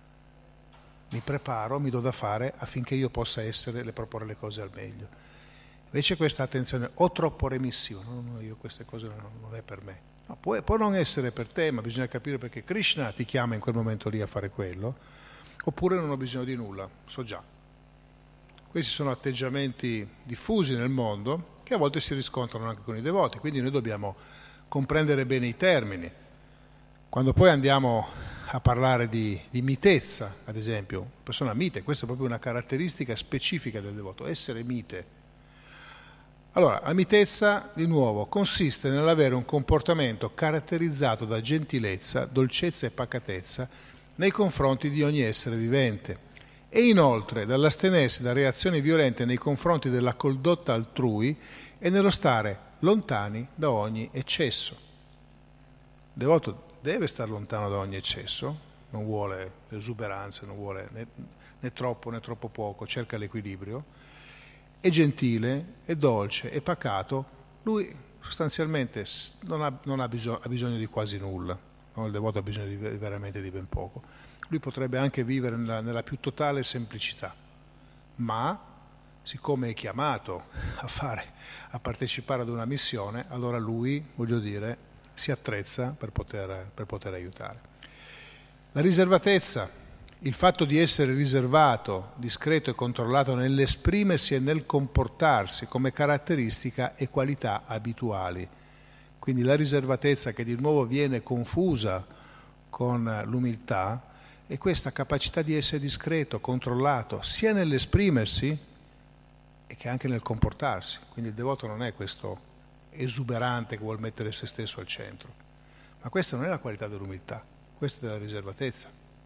Mi preparo, mi do da fare affinché io possa essere, le proporre le cose al meglio. Invece questa attenzione, o troppo remissivo, no, no, io queste cose non, non è per me. No, può, può non essere per te, ma bisogna capire perché Krishna ti chiama in quel momento lì a fare quello, oppure non ho bisogno di nulla, so già. Questi sono atteggiamenti diffusi nel mondo che a volte si riscontrano anche con i devoti, quindi noi dobbiamo comprendere bene i termini. Quando poi andiamo a parlare di, di mitezza, ad esempio, persona mite, questa è proprio una caratteristica specifica del devoto, essere mite. Allora, la mitezza, di nuovo, consiste nell'avere un comportamento caratterizzato da gentilezza, dolcezza e pacatezza nei confronti di ogni essere vivente. E inoltre dall'astenersi da reazioni violente nei confronti della condotta altrui e nello stare lontani da ogni eccesso. Il devoto deve stare lontano da ogni eccesso, non vuole esuberanze, non vuole né, né troppo né troppo poco, cerca l'equilibrio, è gentile, è dolce, è pacato, lui sostanzialmente non ha, non ha, bisogno, ha bisogno di quasi nulla, no? Il devoto ha bisogno di, veramente di ben poco. Lui potrebbe anche vivere nella, nella più totale semplicità, ma siccome è chiamato a fare, a partecipare ad una missione, allora lui, voglio dire, si attrezza per poter, per poter aiutare. La riservatezza, il fatto di essere riservato, discreto e controllato nell'esprimersi e nel comportarsi come caratteristica e qualità abituali. Quindi la riservatezza che di nuovo viene confusa con l'umiltà, e questa capacità di essere discreto, controllato, sia nell'esprimersi e che anche nel comportarsi. Quindi il devoto non è questo esuberante che vuol mettere se stesso al centro, ma questa non è la qualità dell'umiltà, questa è della riservatezza.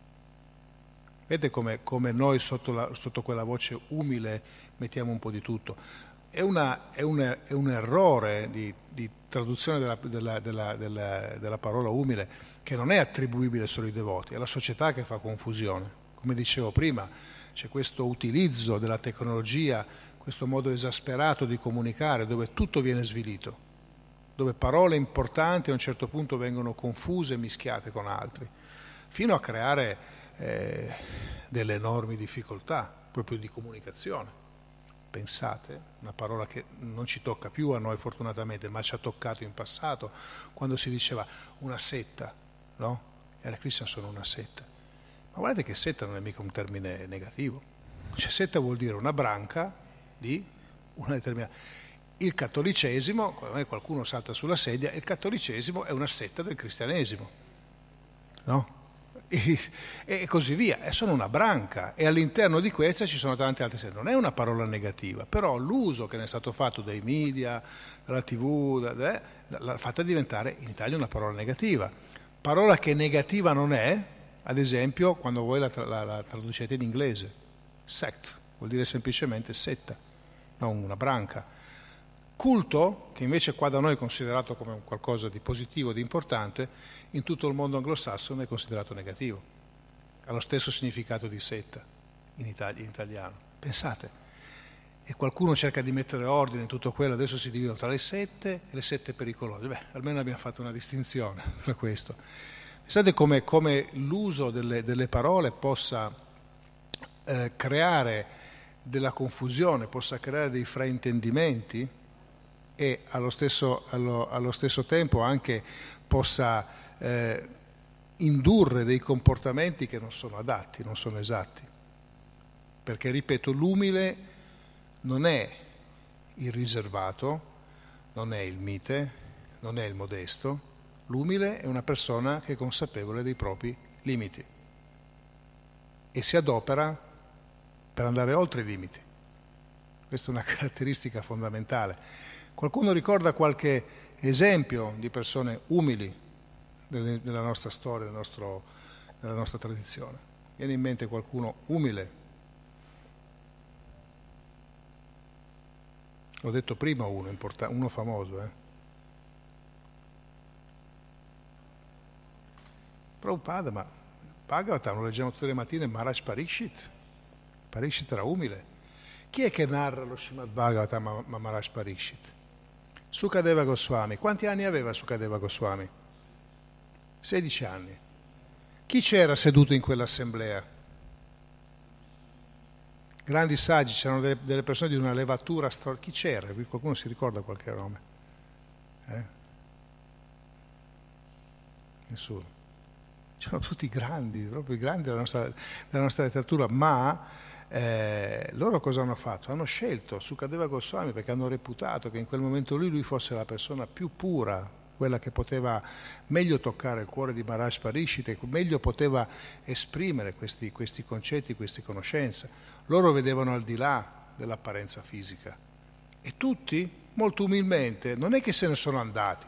Vedete come, come noi sotto, la, sotto quella voce umile mettiamo un po' di tutto. È, una, è, un, è un errore di, di traduzione della, della, della, della, della parola umile, che non è attribuibile solo ai devoti, è la società che fa confusione. Come dicevo prima, c'è questo utilizzo della tecnologia, questo modo esasperato di comunicare, dove tutto viene svilito, dove parole importanti a un certo punto vengono confuse e mischiate con altri, fino a creare eh, delle enormi difficoltà proprio di comunicazione. Pensate, una parola che non ci tocca più a noi fortunatamente, ma ci ha toccato in passato, quando si diceva una setta, no? E la Krishna sono una setta. Ma guardate che setta non è mica un termine negativo. Cioè setta vuol dire una branca di una determinata... Il cattolicesimo, quando qualcuno salta sulla sedia, il cattolicesimo è una setta del cristianesimo, no? E così via, sono una branca e all'interno di questa ci sono tante altre sette. Non è una parola negativa, però l'uso che ne è stato fatto dai media, dalla tivù, da, da, l'ha fatta diventare in Italia una parola negativa. Parola che negativa non è, ad esempio, quando voi la, la, la traducete in inglese. Sect vuol dire semplicemente setta, non una branca. Culto, che invece qua da noi è considerato come qualcosa di positivo, di importante, in tutto il mondo anglosassone è considerato negativo. Ha lo stesso significato di setta in, Italia, in italiano. Pensate, e qualcuno cerca di mettere ordine in tutto quello, adesso si dividono tra le sette e le sette pericolose. Beh, almeno abbiamo fatto una distinzione tra questo. Pensate come, come l'uso delle, delle parole possa eh, creare della confusione, possa creare dei fraintendimenti, e allo stesso, allo, allo stesso tempo anche possa eh, indurre dei comportamenti che non sono adatti, non sono esatti. Perché, ripeto, l'umile non è il riservato, non è il mite, non è il modesto. L'umile è una persona che è consapevole dei propri limiti e si adopera per andare oltre i limiti. Questa è una caratteristica fondamentale. Qualcuno ricorda qualche esempio di persone umili delle, della nostra storia, del nostro, della nostra tradizione. Viene in mente qualcuno umile. L'ho detto prima uno, importa, uno famoso, eh. Prabhupada, ma Bhagavatam lo leggiamo tutte le mattine, Maharaj Parikshit. Parikshit era umile. Chi è che narra lo Srimad Bhagavatam a Maharaj Parikshit? Sukadeva Goswami. Quanti anni aveva Sukadeva Goswami? sedici anni. Chi c'era seduto in quell'assemblea? Grandi saggi, c'erano delle, delle persone di una levatura straordinaria. Chi c'era? Qualcuno si ricorda qualche nome? Eh? Nessuno. C'erano tutti grandi, proprio i grandi della nostra, della nostra letteratura, ma eh, loro cosa hanno fatto? Hanno scelto Sukadeva Goswami perché hanno reputato che in quel momento lui, lui fosse la persona più pura, quella che poteva meglio toccare il cuore di Maharaj Parikshit e meglio poteva esprimere questi, questi concetti, queste conoscenze. Loro vedevano al di là dell'apparenza fisica e tutti, molto umilmente, non è che se ne sono andati,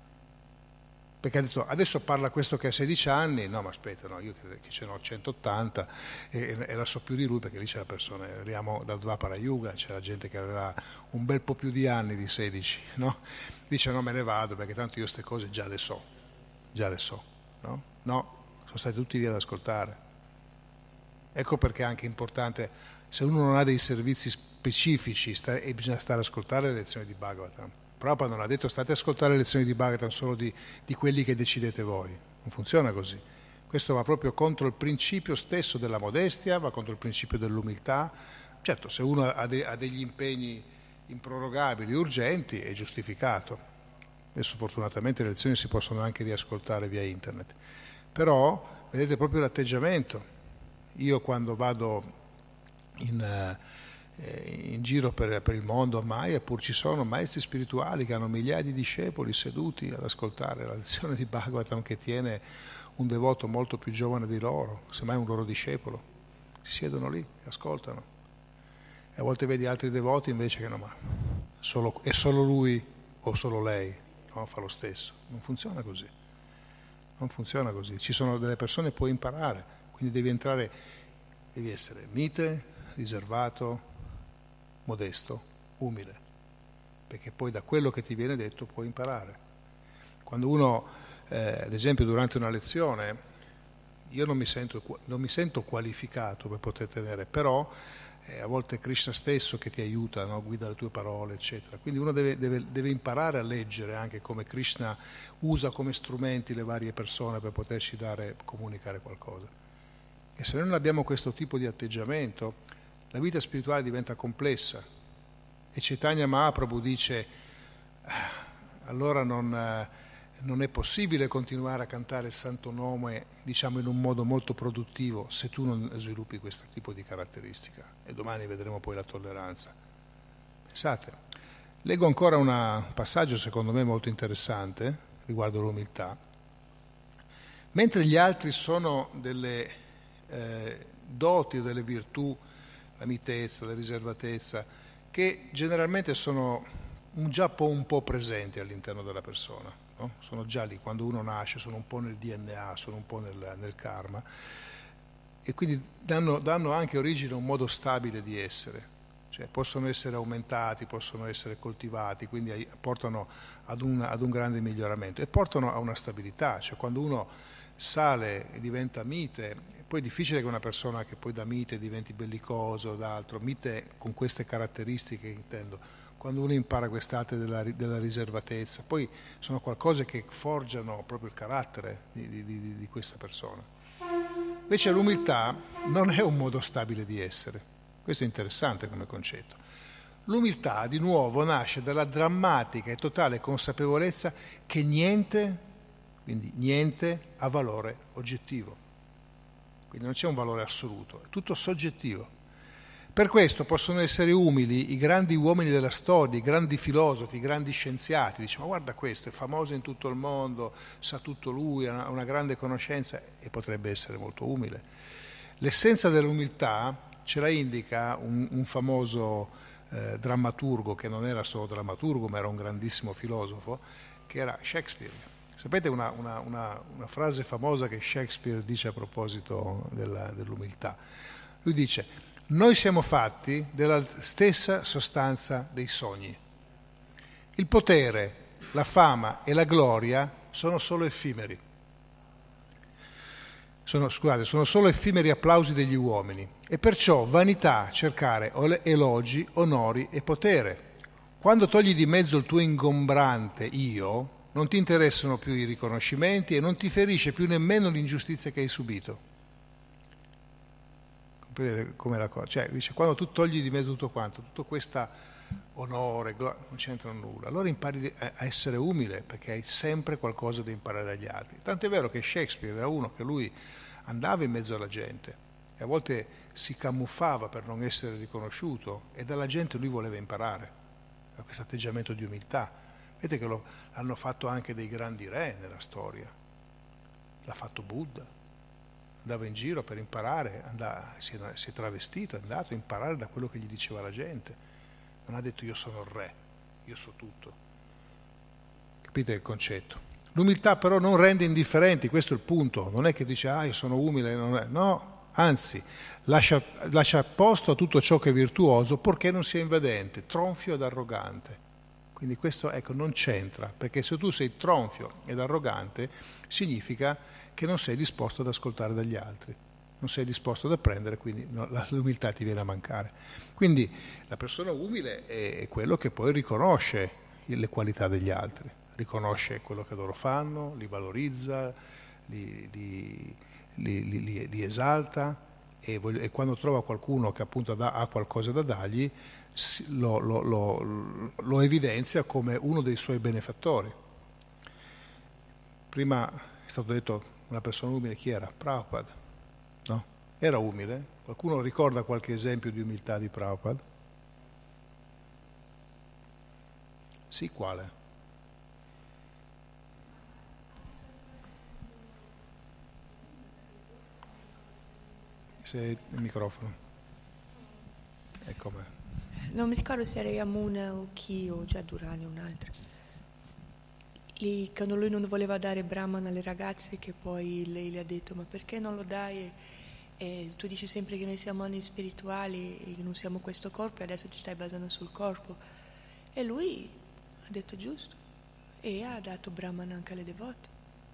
perché ha detto adesso parla questo che ha sedici anni, no ma aspetta, no, io che ce n'ho centottanta e, e la so più di lui, perché lì c'era persone, arriviamo dal Dvapara Yuga, c'era gente che aveva un bel po' più di anni di sedici, no? Dice no, me ne vado perché tanto io queste cose già le so, già le so, no? No, sono stati tutti lì ad ascoltare. Ecco perché è anche importante, se uno non ha dei servizi specifici sta, e bisogna stare ad ascoltare le lezioni di Bhagavatam. Prabhupada non ha detto state a ascoltare le lezioni di Bhagavatam solo di, di quelli che decidete voi, non funziona così. Questo va proprio contro il principio stesso della modestia, va contro il principio dell'umiltà. Certo, se uno ha, de, ha degli impegni improrogabili, urgenti, è giustificato. Adesso fortunatamente le lezioni si possono anche riascoltare via internet. Però vedete proprio l'atteggiamento. Io quando vado in... in giro per, per il mondo ormai, eppur ci sono maestri spirituali che hanno migliaia di discepoli seduti ad ascoltare la lezione di Bhagavatam che tiene un devoto molto più giovane di loro, semmai un loro discepolo. Si siedono lì, ascoltano. E a volte vedi altri devoti invece che no, ma solo, è solo lui o solo lei, no, fa lo stesso. Non funziona così. Non funziona così. Ci sono delle persone che puoi imparare, quindi devi entrare, devi essere mite, riservato, modesto, umile, perché poi da quello che ti viene detto puoi imparare. Quando uno, eh, ad esempio durante una lezione, io non mi sento, non mi sento qualificato per poter tenere, però eh, a volte è Krishna stesso che ti aiuta, no? Guida le tue parole, eccetera. Quindi uno deve, deve, deve imparare a leggere anche come Krishna usa come strumenti le varie persone per poterci dare, comunicare qualcosa. E se noi non abbiamo questo tipo di atteggiamento, la vita spirituale diventa complessa. E Chaitanya Mahaprabhu dice allora non, non è possibile continuare a cantare il santo nome, diciamo, in un modo molto produttivo se tu non sviluppi questo tipo di caratteristica. E domani vedremo poi la tolleranza. Pensate, leggo ancora una, un passaggio secondo me molto interessante riguardo l'umiltà. Mentre gli altri sono delle eh, doti o delle virtù, la mitezza, la riservatezza, che generalmente sono un, già po' un po' presenti all'interno della persona, no? Sono già lì, quando uno nasce, sono un po' nel D N A, sono un po' nel, nel karma, e quindi danno, danno anche origine a un modo stabile di essere, cioè possono essere aumentati, possono essere coltivati, quindi portano ad un, ad un grande miglioramento e portano a una stabilità, cioè quando uno sale e diventa mite. Poi è difficile che una persona che poi da mite diventi bellicoso o d'altro, mite con queste caratteristiche intendo, quando uno impara quest'arte della, della riservatezza, poi sono qualcosa che forgiano proprio il carattere di, di, di, di questa persona. Invece l'umiltà non è un modo stabile di essere, questo è interessante come concetto. L'umiltà di nuovo nasce dalla drammatica e totale consapevolezza che niente, quindi niente, ha valore oggettivo. Quindi non c'è un valore assoluto, è tutto soggettivo. Per questo possono essere umili i grandi uomini della storia, i grandi filosofi, i grandi scienziati. Dice, ma guarda questo, è famoso in tutto il mondo, sa tutto lui, ha una grande conoscenza e potrebbe essere molto umile. L'essenza dell'umiltà ce la indica un, un famoso eh, drammaturgo, che non era solo drammaturgo, ma era un grandissimo filosofo, che era Shakespeare. Sapete una, una, una, una frase famosa che Shakespeare dice a proposito della, dell'umiltà? Lui dice: noi siamo fatti della stessa sostanza dei sogni. Il potere, la fama e la gloria sono solo effimeri. Sono, scusate, sono solo effimeri applausi degli uomini, e perciò vanità cercare elogi, onori e potere. Quando togli di mezzo il tuo ingombrante io, non ti interessano più i riconoscimenti e non ti ferisce più nemmeno l'ingiustizia che hai subito. Comprendete com'è la cosa? Cioè, dice, quando tu togli di mezzo tutto quanto, tutto questo onore, gloria, non c'entra nulla. Allora impari a essere umile, perché hai sempre qualcosa da imparare dagli altri. Tant'è vero che Shakespeare era uno che lui andava in mezzo alla gente e a volte si camuffava per non essere riconosciuto, e dalla gente lui voleva imparare. A questo atteggiamento di umiltà. Vedete che lo hanno fatto anche dei grandi re nella storia. L'ha fatto Buddha. Andava in giro per imparare, andava, si, è, si è travestito, è andato a imparare da quello che gli diceva la gente. Non ha detto io sono il re, io so tutto. Capite il concetto? L'umiltà però non rende indifferenti, questo è il punto. Non è che dice ah io sono umile, non è. No, anzi, lascia, lascia posto a tutto ciò che è virtuoso, purché non sia invadente, tronfio ed arrogante. Quindi questo, ecco, non c'entra, perché se tu sei tronfio ed arrogante significa che non sei disposto ad ascoltare dagli altri, non sei disposto ad apprendere, quindi no, l'umiltà ti viene a mancare. Quindi la persona umile è quello che poi riconosce le qualità degli altri, riconosce quello che loro fanno, li valorizza, li, li, li, li, li, li esalta, e, voglio, e quando trova qualcuno che appunto da, ha qualcosa da dargli, Lo, lo, lo, lo evidenzia come uno dei suoi benefattori. Prima è stato detto una persona umile, chi era? Prabhupada, no? Era umile? Qualcuno ricorda qualche esempio di umiltà di Prabhupada? Sì, quale? Se il microfono. Ecco me. Non mi ricordo se era Yamuna o chi, o già Durani o un altro. E quando lui non voleva dare Brahman alle ragazze, che poi lei gli ha detto ma perché non lo dai? E, e tu dici sempre che noi siamo anni spirituali e non siamo questo corpo, e adesso ti stai basando sul corpo. E lui ha detto giusto, e ha dato Brahman anche alle devote.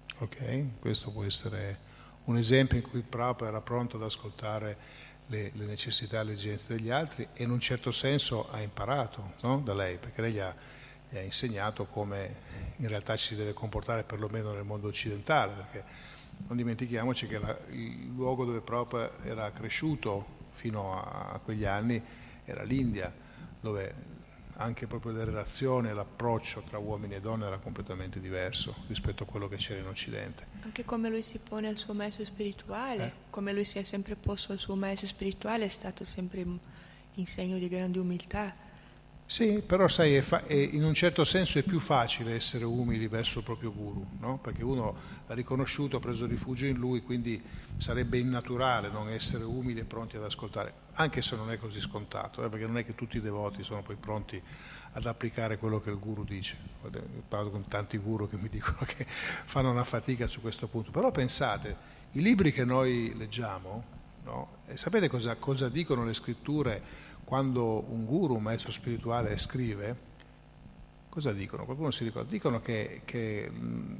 Ok, questo può essere un esempio in cui Prabhupada era pronto ad ascoltare Le, le necessità e le esigenze degli altri, e in un certo senso ha imparato, no? Da lei, perché lei gli ha, gli ha insegnato come in realtà ci si deve comportare, perlomeno nel mondo occidentale, perché non dimentichiamoci che la, il luogo dove Prabhupada era cresciuto fino a, a quegli anni era l'India, dove anche proprio le relazioni e l'approccio tra uomini e donne era completamente diverso rispetto a quello che c'era in Occidente. Anche come lui si pone al suo maestro spirituale, eh? come lui si è sempre posto al suo maestro spirituale, è stato sempre in segno di grande umiltà. Sì, però sai, è fa- è, in un certo senso è più facile essere umili verso il proprio guru, no? Perché uno l'ha riconosciuto, ha preso rifugio in lui, quindi sarebbe innaturale non essere umili e pronti ad ascoltare, anche se non è così scontato, eh? Perché non è che tutti i devoti sono poi pronti ad applicare quello che il guru dice. Io parlo con tanti guru che mi dicono che fanno una fatica su questo punto, però pensate, i libri che noi leggiamo, no? E sapete cosa, cosa dicono le scritture? Quando un guru, un maestro spirituale scrive, cosa dicono? Qualcuno si ricorda? Dicono che, che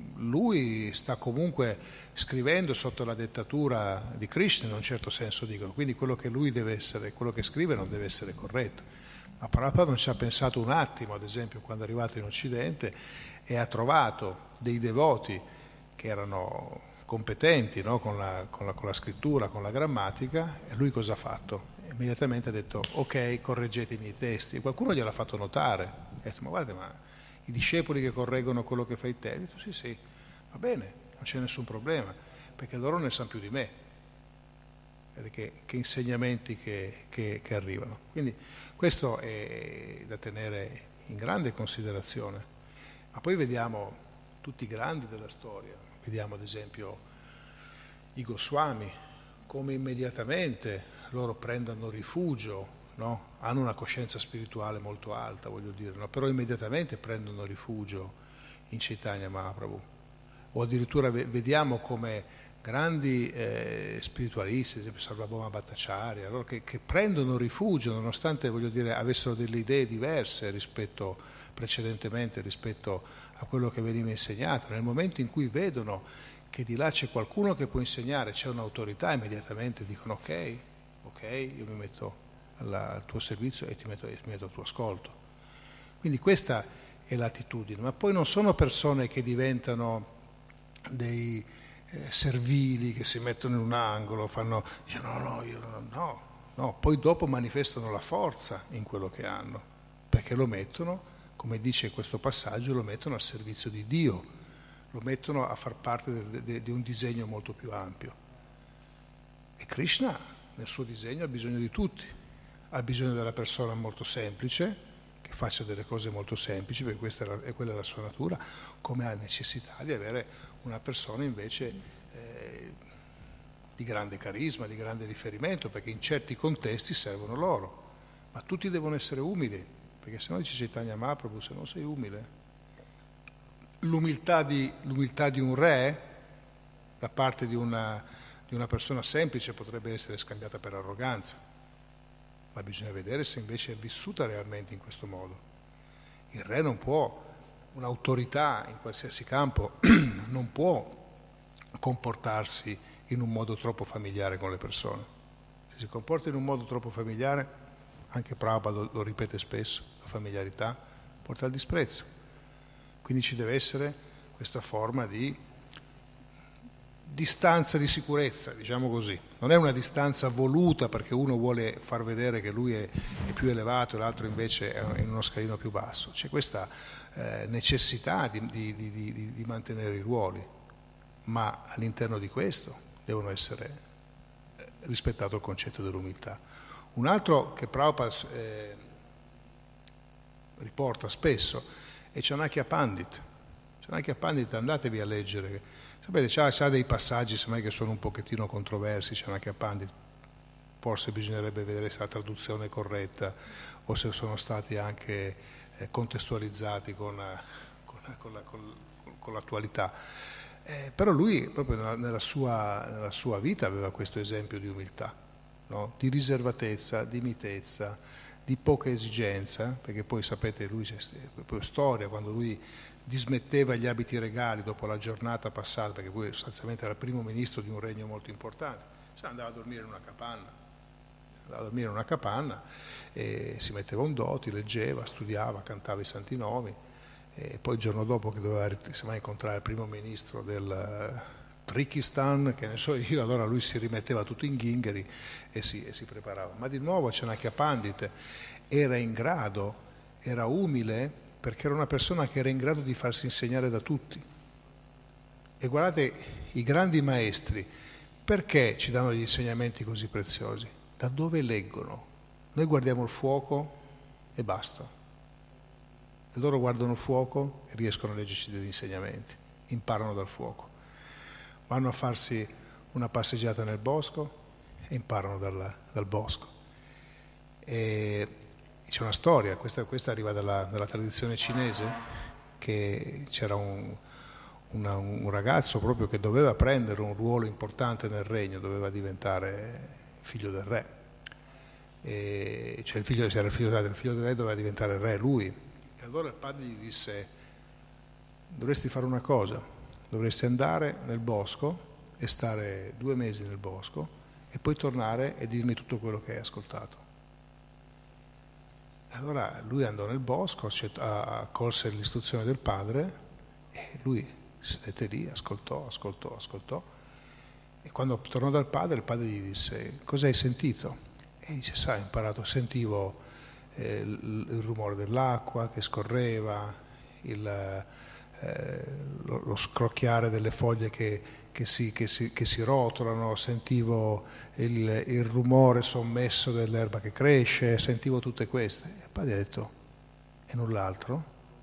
lui sta comunque scrivendo sotto la dettatura di Krishna, in un certo senso dicono, quindi quello che lui deve essere, quello che scrive non deve essere corretto. Ma Prabhupada non ci ha pensato un attimo, ad esempio, quando è arrivato in Occidente e ha trovato dei devoti che erano competenti, no? con, la, con, la, con la scrittura, con la grammatica, e lui cosa ha fatto? Immediatamente ha detto ok, correggete i miei testi, e qualcuno gliel'ha fatto notare, ha detto ma guarda, ma i discepoli che correggono quello che fai te? Ha detto sì sì, va bene, non c'è nessun problema, perché loro ne sanno più di me. Vedete che, che insegnamenti che, che, che arrivano. Quindi questo è da tenere in grande considerazione. Ma poi vediamo tutti i grandi della storia, vediamo ad esempio i Goswami, come immediatamente loro prendono rifugio, no? Hanno una coscienza spirituale molto alta, voglio dire, no? Però immediatamente prendono rifugio in Chaitanya Mahaprabhu. o addirittura vediamo come grandi eh, spiritualisti, ad esempio Sarvabhauma Bhattacharya, allora, che, che prendono rifugio nonostante, voglio dire, avessero delle idee diverse rispetto precedentemente rispetto a quello che veniva insegnato. Nel momento in cui vedono che di là c'è qualcuno che può insegnare, c'è un'autorità, immediatamente dicono ok, ok, io mi metto alla, al tuo servizio e ti metto, ti metto al tuo ascolto. Quindi questa è l'attitudine, ma poi non sono persone che diventano dei eh, servili che si mettono in un angolo, fanno, dicono no, no, io no, no, no, poi dopo manifestano la forza in quello che hanno, perché lo mettono, come dice questo passaggio, lo mettono al servizio di Dio, lo mettono a far parte de, de, di un disegno molto più ampio. E Krishna nel suo disegno ha bisogno di tutti, ha bisogno della persona molto semplice, che faccia delle cose molto semplici, perché questa è, la, è quella la sua natura, come ha necessità di avere una persona invece eh, di grande carisma, di grande riferimento, perché in certi contesti servono loro, ma tutti devono essere umili, perché se no dice Chaitanya Mahaprabhu, se non sei umile. L'umiltà di, l'umiltà di un re da parte di una, di una persona semplice potrebbe essere scambiata per arroganza, ma bisogna vedere se invece è vissuta realmente in questo modo. Il re non può, un'autorità in qualsiasi campo non può comportarsi in un modo troppo familiare con le persone. Se si comporta in un modo troppo familiare, anche Prabhupada lo, lo ripete spesso, la familiarità porta al disprezzo. Quindi ci deve essere questa forma di distanza di sicurezza, diciamo così. Non è una distanza voluta perché uno vuole far vedere che lui è, è più elevato e l'altro invece è in uno scalino più basso. C'è questa eh, necessità di, di, di, di, di mantenere i ruoli, ma all'interno di questo devono essere eh, rispettato il concetto dell'umiltà. Un altro che Prabhupada eh, riporta spesso è Chanakya Pandit. Chanakya Pandit, andatevi a leggere. Sapete, c'ha, c'ha dei passaggi semmai che sono un pochettino controversi, Chanakya Pandit, forse bisognerebbe vedere se la traduzione è corretta o se sono stati anche eh, contestualizzati con, con, con, la, con, con l'attualità. Eh, però lui proprio nella, nella, sua, nella sua vita aveva questo esempio di umiltà, no? Di riservatezza, di mitezza, di poca esigenza, perché poi sapete lui c'è poi storia quando lui dismetteva gli abiti regali dopo la giornata passata, perché poi sostanzialmente era il primo ministro di un regno molto importante, se andava a dormire in una capanna, andava a dormire in una capanna e si metteva un doti, leggeva, studiava, cantava i santi nomi, e poi il giorno dopo che doveva semmai incontrare il primo ministro del Trikistan, che ne so io, allora lui si rimetteva tutto in ghingheri e si, e si preparava. Ma di nuovo Chanakya Pandit era in grado, era umile, perché era una persona che era in grado di farsi insegnare da tutti. E guardate, i grandi maestri, perché ci danno degli insegnamenti così preziosi? Da dove leggono? Noi guardiamo il fuoco e basta. E loro guardano il fuoco e riescono a leggerci degli insegnamenti, imparano dal fuoco. Vanno a farsi una passeggiata nel bosco e imparano dal, dal bosco. E c'è una storia, questa, questa arriva dalla, dalla tradizione cinese, che c'era un, una, un ragazzo proprio che doveva prendere un ruolo importante nel regno, doveva diventare figlio del re. E, cioè il figlio, c'era il figlio, il figlio del re, doveva diventare re lui. E allora il padre gli disse: dovresti fare una cosa, dovresti andare nel bosco e stare due mesi nel bosco e poi tornare e dirmi tutto quello che hai ascoltato. Allora lui andò nel bosco, accolse l'istruzione del padre e lui sedette lì, ascoltò, ascoltò, ascoltò, e quando tornò dal padre il padre gli disse: cosa hai sentito? E dice: sai, ho imparato, sentivo eh, il, il rumore dell'acqua che scorreva, il, eh, lo, lo scrocchiare delle foglie che, che, si, che, si, che si rotolano, sentivo il, il rumore sommesso dell'erba che cresce, sentivo tutte queste. E il padre ha detto: e null'altro?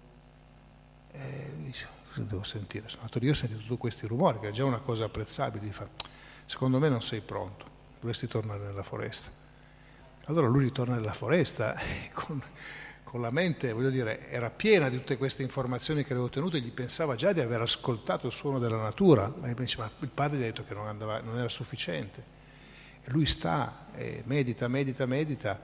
E dice: cosa devo sentire? Sono andato lì, ho sentito tutti questi rumori, che è già una cosa apprezzabile. Fa, secondo me non sei pronto, dovresti tornare nella foresta. Allora lui ritorna nella foresta con, con la mente, voglio dire, era piena di tutte queste informazioni che aveva ottenuto e gli pensava già di aver ascoltato il suono della natura, ma il padre gli ha detto che non, andava, non era sufficiente. E lui sta, e medita, medita, medita,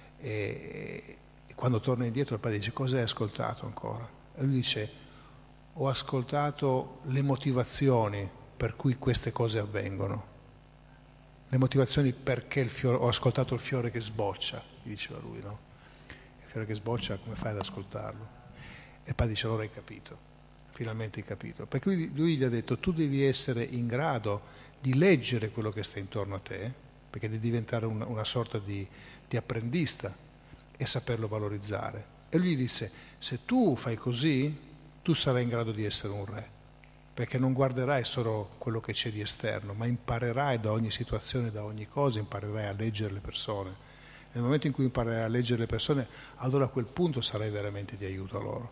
e, e quando torna indietro il padre dice: cosa hai ascoltato ancora? E lui dice: ho ascoltato le motivazioni per cui queste cose avvengono, le motivazioni perché il fiore, ho ascoltato il fiore che sboccia, diceva lui, no? Che sboccia, come fai ad ascoltarlo? E il padre dice: allora hai capito, finalmente hai capito, perché lui, lui gli ha detto: tu devi essere in grado di leggere quello che sta intorno a te, perché devi diventare una, una sorta di, di apprendista e saperlo valorizzare. E lui gli disse: se tu fai così, tu sarai in grado di essere un re, perché non guarderai solo quello che c'è di esterno, ma imparerai da ogni situazione, da ogni cosa, imparerai a leggere le persone. Nel momento in cui imparerai a leggere le persone, allora a quel punto sarai veramente di aiuto a loro.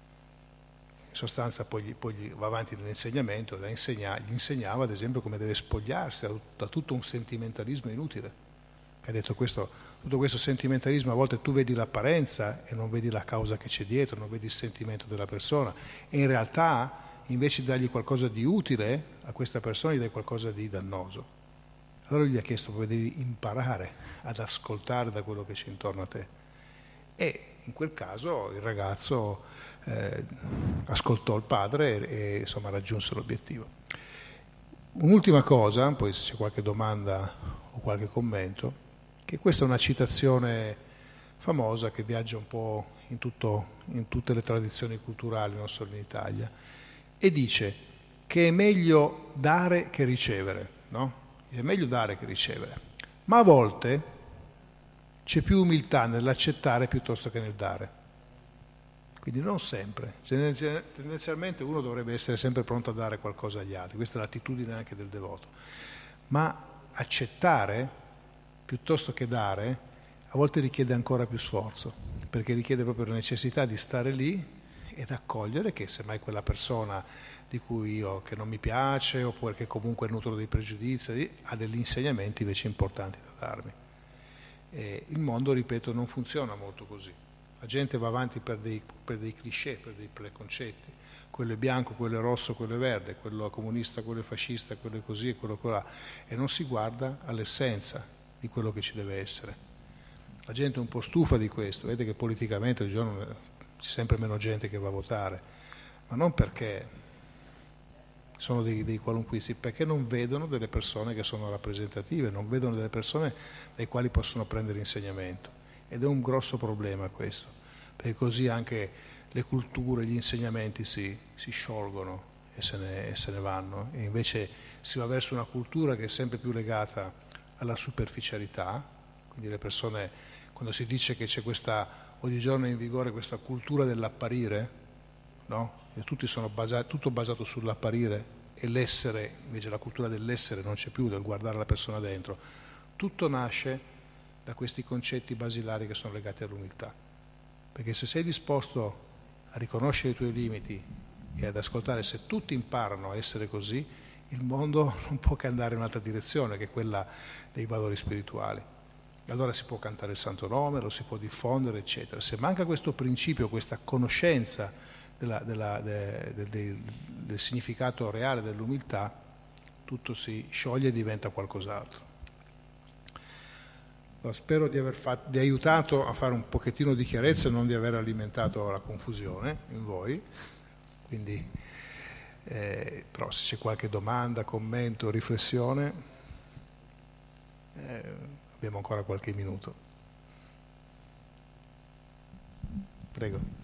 In sostanza poi gli, poi gli va avanti nell'insegnamento, da insegna, gli insegnava ad esempio come deve spogliarsi da, da tutto un sentimentalismo inutile. Ha detto: questo, tutto questo sentimentalismo, a volte tu vedi l'apparenza e non vedi la causa che c'è dietro, non vedi il sentimento della persona, e in realtà invece di dargli qualcosa di utile a questa persona gli dai qualcosa di dannoso. Allora gli ha chiesto: poi devi imparare ad ascoltare da quello che c'è intorno a te. E in quel caso il ragazzo eh, ascoltò il padre e, e insomma raggiunse l'obiettivo. Un'ultima cosa, poi se c'è qualche domanda o qualche commento, che questa è una citazione famosa che viaggia un po' in, tutto, in tutte le tradizioni culturali, non solo in Italia, e dice che è meglio dare che ricevere, no? È meglio dare che ricevere, ma a volte c'è più umiltà nell'accettare piuttosto che nel dare. Quindi non sempre, tendenzialmente uno dovrebbe essere sempre pronto a dare qualcosa agli altri, questa è l'attitudine anche del devoto, ma accettare piuttosto che dare a volte richiede ancora più sforzo, perché richiede proprio la necessità di stare lì ed accogliere che semmai quella persona di cui io, che non mi piace, oppure che comunque nutro dei pregiudizi, ha degli insegnamenti invece importanti da darmi. E il mondo, ripeto, non funziona molto così. La gente va avanti per dei, per dei cliché, per dei preconcetti. Quello è bianco, quello è rosso, quello è verde, quello è comunista, quello è fascista, quello è così e quello è colà. E non si guarda all'essenza di quello che ci deve essere. La gente è un po' stufa di questo. Vedete che politicamente oggi giorno c'è sempre meno gente che va a votare, ma non perché sono dei, dei qualunquisti, perché non vedono delle persone che sono rappresentative, non vedono delle persone dai quali possono prendere insegnamento. Ed è un grosso problema questo, perché così anche le culture, gli insegnamenti si, si sciolgono e se, ne, e se ne vanno, e invece si va verso una cultura che è sempre più legata alla superficialità. Quindi le persone, quando si dice che c'è questa, oggigiorno è in vigore questa cultura dell'apparire, no? E tutti sono basati, tutto basato sull'apparire, e l'essere, invece la cultura dell'essere non c'è più, del guardare la persona dentro. Tutto nasce da questi concetti basilari che sono legati all'umiltà, perché se sei disposto a riconoscere i tuoi limiti e ad ascoltare, se tutti imparano a essere così, il mondo non può che andare in un'altra direzione, che è quella dei valori spirituali. Allora si può cantare il santo nome, lo si può diffondere, eccetera. Se manca questo principio, questa conoscenza della, della, de, de, de, del significato reale dell'umiltà, tutto si scioglie e diventa qualcos'altro. Allora, spero di aver fatto, di aiutato a fare un pochettino di chiarezza e non di aver alimentato la confusione in voi. Quindi, eh, però se c'è qualche domanda, commento, riflessione, eh, abbiamo ancora qualche minuto. Prego.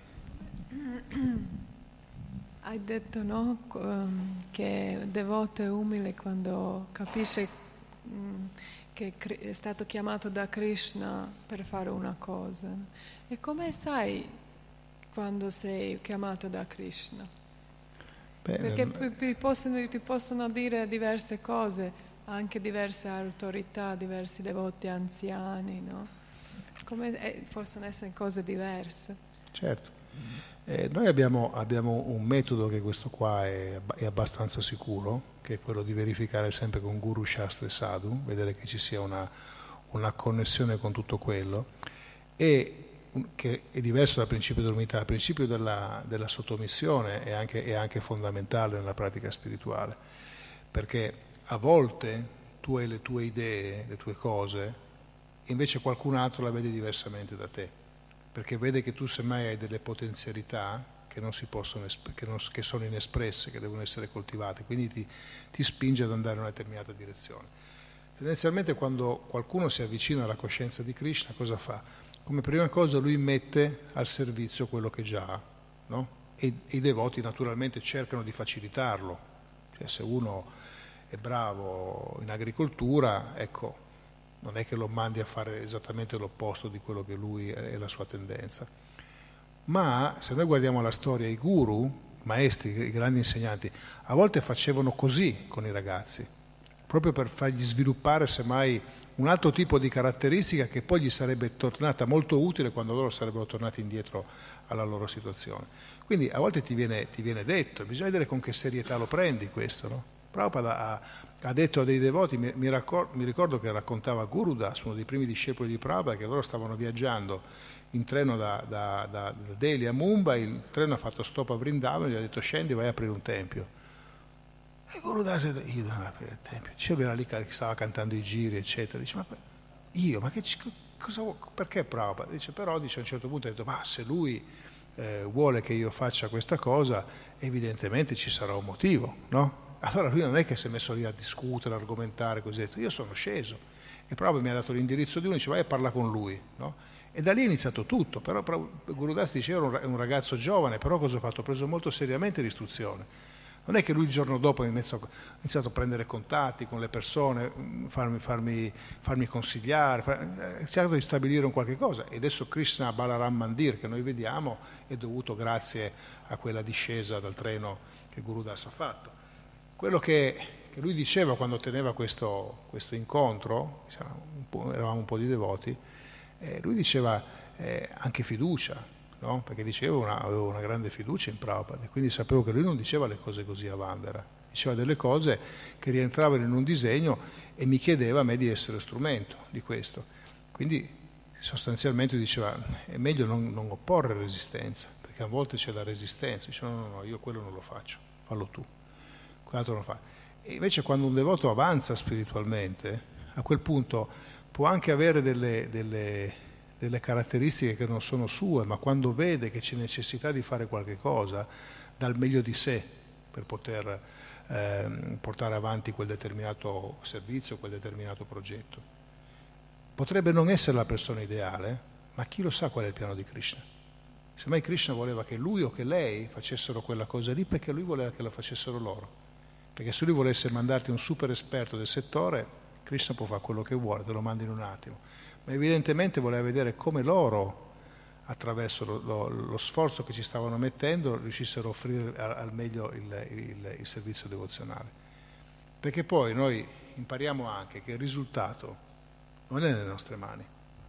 Hai detto, no, che il devoto è umile quando capisce che è stato chiamato da Krishna per fare una cosa. E come sai quando sei chiamato da Krishna? Beh, perché ti possono, ti possono dire diverse cose, anche diverse autorità, diversi devoti anziani, no? Come, eh, possono essere cose diverse. Certo. Eh, noi abbiamo, abbiamo un metodo, che questo qua è, è abbastanza sicuro, che è quello di verificare sempre con Guru, Shastra e Sadhu, vedere che ci sia una, una connessione con tutto quello, e che è diverso dal principio dell'umiltà. Il principio della, della sottomissione è anche, è anche fondamentale nella pratica spirituale, perché a volte tu hai le tue idee, le tue cose, invece qualcun altro la vede diversamente da te, perché vede che tu semmai hai delle potenzialità che non si possono, che, non, che sono inespresse, che devono essere coltivate, quindi ti, ti spinge ad andare in una determinata direzione. Tendenzialmente quando qualcuno si avvicina alla coscienza di Krishna, cosa fa? Come prima cosa lui mette al servizio quello che già ha, no? E, e i devoti naturalmente cercano di facilitarlo. Cioè, se uno è bravo in agricoltura, ecco, non è che lo mandi a fare esattamente l'opposto di quello che lui è la sua tendenza. Ma se noi guardiamo la storia, i guru, i maestri, i grandi insegnanti, a volte facevano così con i ragazzi, proprio per fargli sviluppare semmai un altro tipo di caratteristica che poi gli sarebbe tornata molto utile quando loro sarebbero tornati indietro alla loro situazione. Quindi a volte ti viene, ti viene detto, bisogna vedere con che serietà lo prendi questo, no? Prabhupada ha, ha detto a dei devoti, mi, mi, raccor- mi ricordo che raccontava Gurudas, uno dei primi discepoli di Prabhupada, che loro stavano viaggiando in treno da, da, da, da Delhi a Mumbai, il treno ha fatto stop a Vrindavan e gli ha detto scendi, vai a aprire un tempio. E Gurudas ha detto, io devo aprire il tempio. Dice, lui era lì che stava cantando i giri, eccetera. Dice, ma io, ma che, cosa vuoi, perché Prabhupada? Dice, però dice, a un certo punto ha detto, ma se lui eh, vuole che io faccia questa cosa, evidentemente ci sarà un motivo, no? Allora lui non è che si è messo lì a discutere, a argomentare, così, ha detto, io sono sceso. E Prabhupada mi ha dato l'indirizzo di uno, dice, vai a parlare con lui, no? E da lì è iniziato tutto, però Gurudas diceva ero un ragazzo giovane, però cosa ho fatto? Ho preso molto seriamente l'istruzione. Non è che lui il giorno dopo ha iniziato, ha iniziato a prendere contatti con le persone, farmi, farmi, farmi consigliare, far, ha iniziato a stabilire un qualche cosa. E adesso Krishna Balaram Mandir, che noi vediamo, è dovuto grazie a quella discesa dal treno che Gurudas ha fatto. Quello che, che lui diceva quando teneva questo, questo incontro, un po', eravamo un po' di devoti, Eh, lui diceva eh, anche fiducia, no? Perché diceva una, avevo una grande fiducia in Prabhupada, quindi sapevo che lui non diceva le cose così a vanvera, diceva delle cose che rientravano in un disegno e mi chiedeva a me di essere strumento di questo. Quindi sostanzialmente diceva è meglio non, non opporre resistenza, perché a volte c'è la resistenza, diceva no, no, no, io quello non lo faccio, fallo tu, quell'altro lo fa. E invece quando un devoto avanza spiritualmente, a quel punto può anche avere delle, delle, delle caratteristiche che non sono sue, ma quando vede che c'è necessità di fare qualche cosa, dà il meglio di sé per poter eh, portare avanti quel determinato servizio, quel determinato progetto. Potrebbe non essere la persona ideale, ma chi lo sa qual è il piano di Krishna? Semmai Krishna voleva che lui o che lei facessero quella cosa lì perché lui voleva che la facessero loro. Perché se lui volesse mandarti un super esperto del settore, Krishna può fare quello che vuole, te lo manda in un attimo, ma evidentemente voleva vedere come loro, attraverso lo, lo, lo sforzo che ci stavano mettendo, riuscissero a offrire al meglio il, il, il servizio devozionale. Perché poi noi impariamo anche che il risultato non è nelle nostre mani.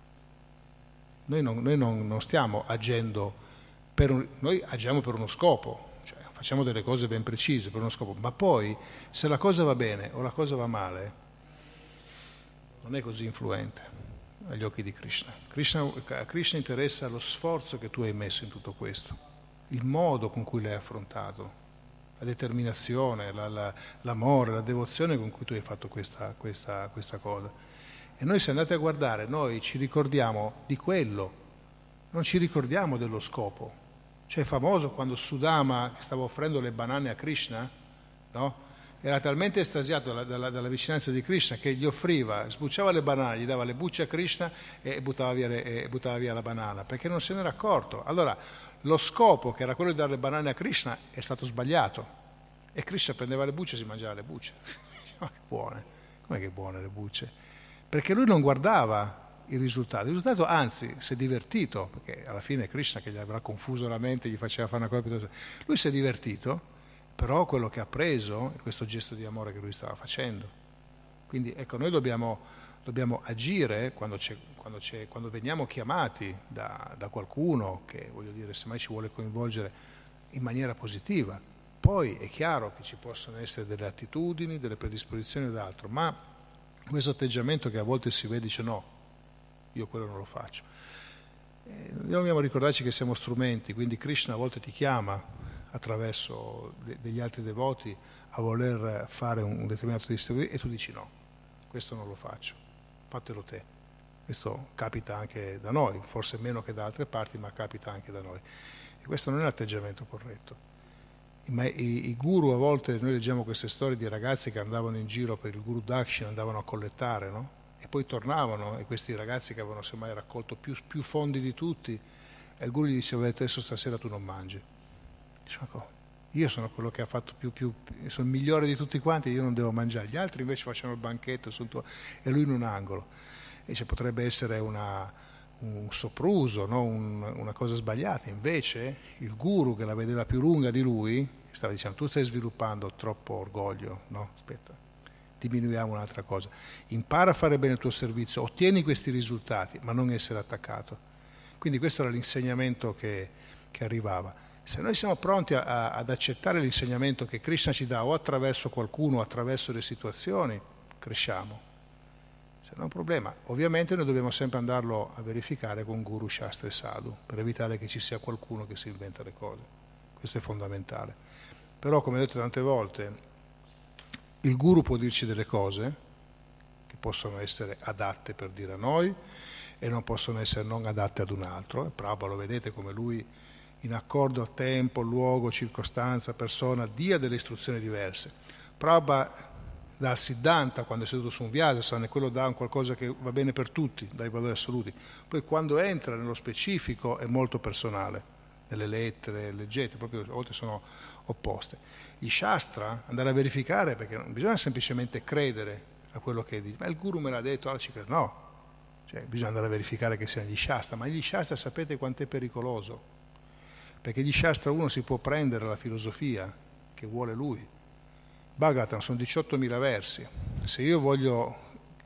Noi non, noi non, non stiamo agendo per un, noi agiamo per uno scopo, cioè facciamo delle cose ben precise per uno scopo, ma poi se la cosa va bene o la cosa va male, non è così influente agli occhi di Krishna. Krishna. A Krishna interessa lo sforzo che tu hai messo in tutto questo, il modo con cui l'hai affrontato, la determinazione, la, la, l'amore, la devozione con cui tu hai fatto questa, questa, questa cosa. E noi se andate a guardare, noi ci ricordiamo di quello, non ci ricordiamo dello scopo. Cioè è famoso quando Sudama, che stava offrendo le banane a Krishna, no? Era talmente estasiato dalla, dalla, dalla vicinanza di Krishna che gli offriva, sbucciava le banane, gli dava le bucce a Krishna e buttava via, le, e buttava via la banana, perché non se n'era accorto. Allora, lo scopo, che era quello di dare le banane a Krishna, è stato sbagliato. E Krishna prendeva le bucce e si mangiava le bucce. Ma che buone, com'è che buone le bucce? Perché lui non guardava il risultato. Il risultato, anzi, si è divertito, perché alla fine Krishna, che gli avrà confuso la mente, gli faceva fare una cosa piuttosto. Lui si è divertito. Però quello che ha preso è questo gesto di amore che lui stava facendo. Quindi ecco, noi dobbiamo, dobbiamo agire quando, c'è, quando, c'è, quando veniamo chiamati da, da qualcuno che, voglio dire, semmai ci vuole coinvolgere in maniera positiva. Poi è chiaro che ci possono essere delle attitudini, delle predisposizioni ed altro, ma questo atteggiamento che a volte si vede dice no, io quello non lo faccio. Eh, dobbiamo ricordarci che siamo strumenti, quindi Krishna a volte ti chiama attraverso de- degli altri devoti a voler fare un, un determinato distribuito e tu dici no, questo non lo faccio, fatelo te. Questo capita anche da noi, forse meno che da altre parti, ma capita anche da noi. E questo non è l'atteggiamento corretto. Ma i, i guru, a volte noi leggiamo queste storie di ragazzi che andavano in giro per il guru Dakshina, andavano a collettare, no? E poi tornavano, e questi ragazzi che avevano semmai raccolto più, più fondi di tutti, e il guru gli diceva: adesso stasera tu non mangi. Diceva: io sono quello che ha fatto più, più, sono il migliore di tutti quanti, io non devo mangiare. Gli altri invece facevano il banchetto sul tuo, e lui in un angolo. E dice, potrebbe essere una, un sopruso, no? un, una cosa sbagliata. Invece il guru, che la vedeva più lunga di lui, stava dicendo: tu stai sviluppando troppo orgoglio, no? Aspetta, diminuiamo un'altra cosa, impara a fare bene il tuo servizio, ottieni questi risultati, ma non essere attaccato. Quindi questo era l'insegnamento che, che arrivava. Se noi siamo pronti a, ad accettare l'insegnamento che Krishna ci dà, o attraverso qualcuno o attraverso le situazioni, cresciamo. Se non è un problema. Ovviamente noi dobbiamo sempre andarlo a verificare con guru, shastra e sadhu, per evitare che ci sia qualcuno che si inventa le cose. Questo è fondamentale. Però, come ho detto tante volte, il guru può dirci delle cose che possono essere adatte per dire a noi e non possono essere non adatte ad un altro. E Prabhupada, lo vedete come lui, in accordo a tempo, luogo, circostanza, persona, dia delle istruzioni diverse. Prabhupada dal Siddhanta, quando è seduto su un Vyasasana, e quello dà un qualcosa che va bene per tutti, dai valori assoluti. Poi quando entra nello specifico è molto personale, nelle lettere, leggete, proprio a volte sono opposte. I Shastra, andare a verificare, perché non bisogna semplicemente credere a quello che dice, ma il guru me l'ha detto, allora ci credo. No, cioè, bisogna andare a verificare che siano gli Shastra, ma gli Shastra sapete quanto è pericoloso? Perché gli Shastra uno si può prendere la filosofia che vuole lui. Bhagavatam sono diciottomila versi. Se io voglio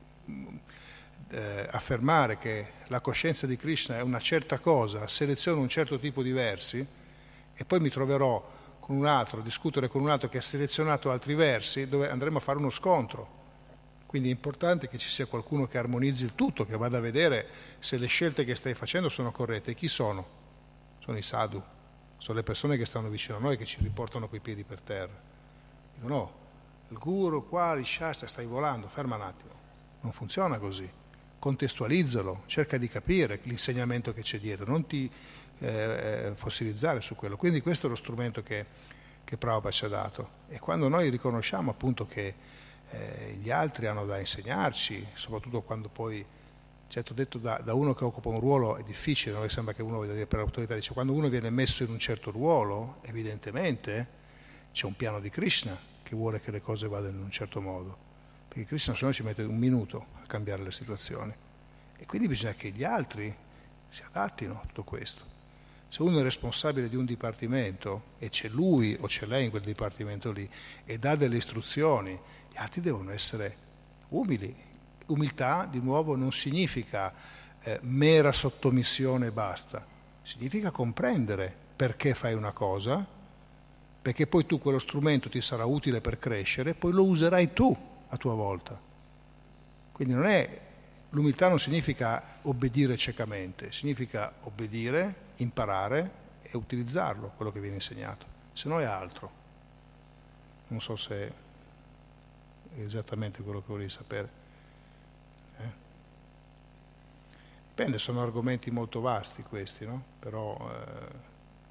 eh, affermare che la coscienza di Krishna è una certa cosa, seleziono un certo tipo di versi e poi mi troverò con un altro, discutere con un altro che ha selezionato altri versi, dove andremo a fare uno scontro. Quindi è importante che ci sia qualcuno che armonizzi il tutto, che vada a vedere se le scelte che stai facendo sono corrette. E chi sono? Sono i sadhu, sono le persone che stanno vicino a noi, che ci riportano coi piedi per terra. Dico no, il guru qua, il shastra, stai volando, ferma un attimo. Non funziona così. Contestualizzalo, cerca di capire l'insegnamento che c'è dietro, non ti eh, fossilizzare su quello. Quindi questo è lo strumento che, che Prabhupada ci ha dato. E quando noi riconosciamo appunto che eh, gli altri hanno da insegnarci, soprattutto quando poi, certo detto da, da uno che occupa un ruolo è difficile, non sembra che uno voglia dire per l'autorità, dice quando uno viene messo in un certo ruolo, evidentemente c'è un piano di Krishna che vuole che le cose vadano in un certo modo, perché Krishna se no ci mette un minuto a cambiare le situazioni, e quindi bisogna che gli altri si adattino a tutto questo. Se uno è responsabile di un dipartimento e c'è lui o c'è lei in quel dipartimento lì e dà delle istruzioni, gli altri devono essere umili. Umiltà, di nuovo, non significa eh, mera sottomissione e basta, significa comprendere perché fai una cosa, perché poi tu quello strumento ti sarà utile per crescere, poi lo userai tu a tua volta. Quindi non è, l'umiltà non significa obbedire ciecamente, significa obbedire, imparare e utilizzarlo, quello che viene insegnato, se no è altro. Non so se è esattamente quello che volevi sapere. Eh? Dipende, sono argomenti molto vasti questi, no? Però... Eh...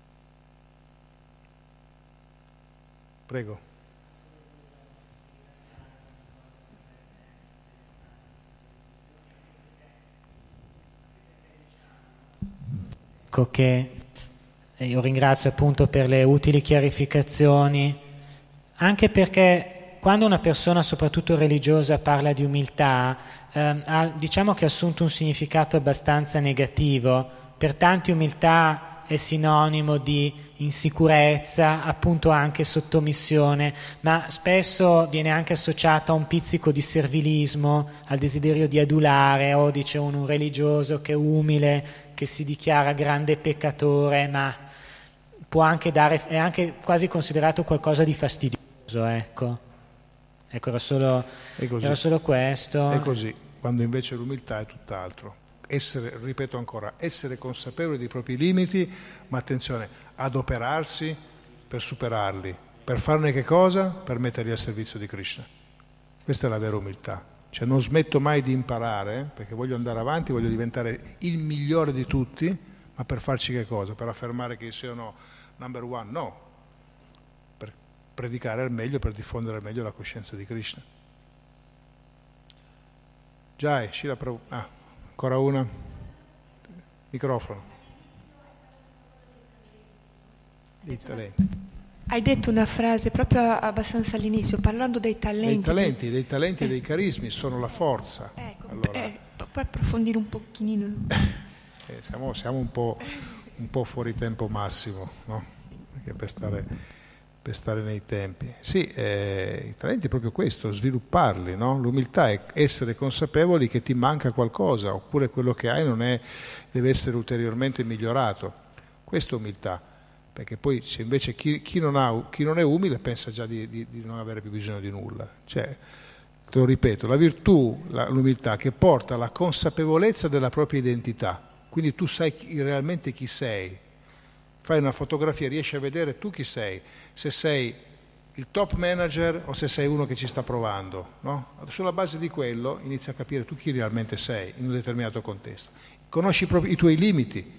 Prego. Ecco che io ringrazio appunto per le utili chiarificazioni, anche perché quando una persona, soprattutto religiosa, parla di umiltà, eh, ha, diciamo che ha assunto un significato abbastanza negativo. Per tanti umiltà è sinonimo di insicurezza, appunto anche sottomissione, ma spesso viene anche associata a un pizzico di servilismo, al desiderio di adulare, o dice uno, un religioso che è umile, che si dichiara grande peccatore, ma può anche dare, è anche quasi considerato qualcosa di fastidioso, ecco. Ecco, era solo, era solo questo. È così, quando invece l'umiltà è tutt'altro. essere, ripeto ancora, essere consapevoli dei propri limiti, ma attenzione, adoperarsi per superarli, per farne che cosa? Per metterli al servizio di Krishna. Questa è la vera umiltà, cioè non smetto mai di imparare, perché voglio andare avanti, voglio diventare il migliore di tutti, ma per farci che cosa? Per affermare che siano number one? No, per predicare al meglio, per diffondere al meglio la coscienza di Krishna. Jai, Srila Prabhupada. Ah, ancora una? Microfono. Dei talenti. Hai detto una frase proprio abbastanza all'inizio, parlando dei talenti. Dei talenti, dei talenti e eh. dei carismi sono la forza. Ecco, allora, eh, puoi approfondire un pochino? Eh, siamo siamo un, po', un po' fuori tempo massimo, no? Perché per stare, per stare nei tempi. Sì, eh, i talenti è proprio questo, svilupparli, no? L'umiltà è essere consapevoli che ti manca qualcosa, oppure quello che hai non è, deve essere ulteriormente migliorato. Questa è umiltà. Perché poi se invece chi, chi, non ha, chi non è umile pensa già di, di, di non avere più bisogno di nulla. Cioè, te lo ripeto, la virtù, la, l'umiltà che porta alla consapevolezza della propria identità. Quindi tu sai chi, realmente chi sei. Fai una fotografia, riesci a vedere tu chi sei. Se sei il top manager o se sei uno che ci sta provando. No? Sulla base di quello inizi a capire tu chi realmente sei in un determinato contesto. Conosci proprio i tuoi limiti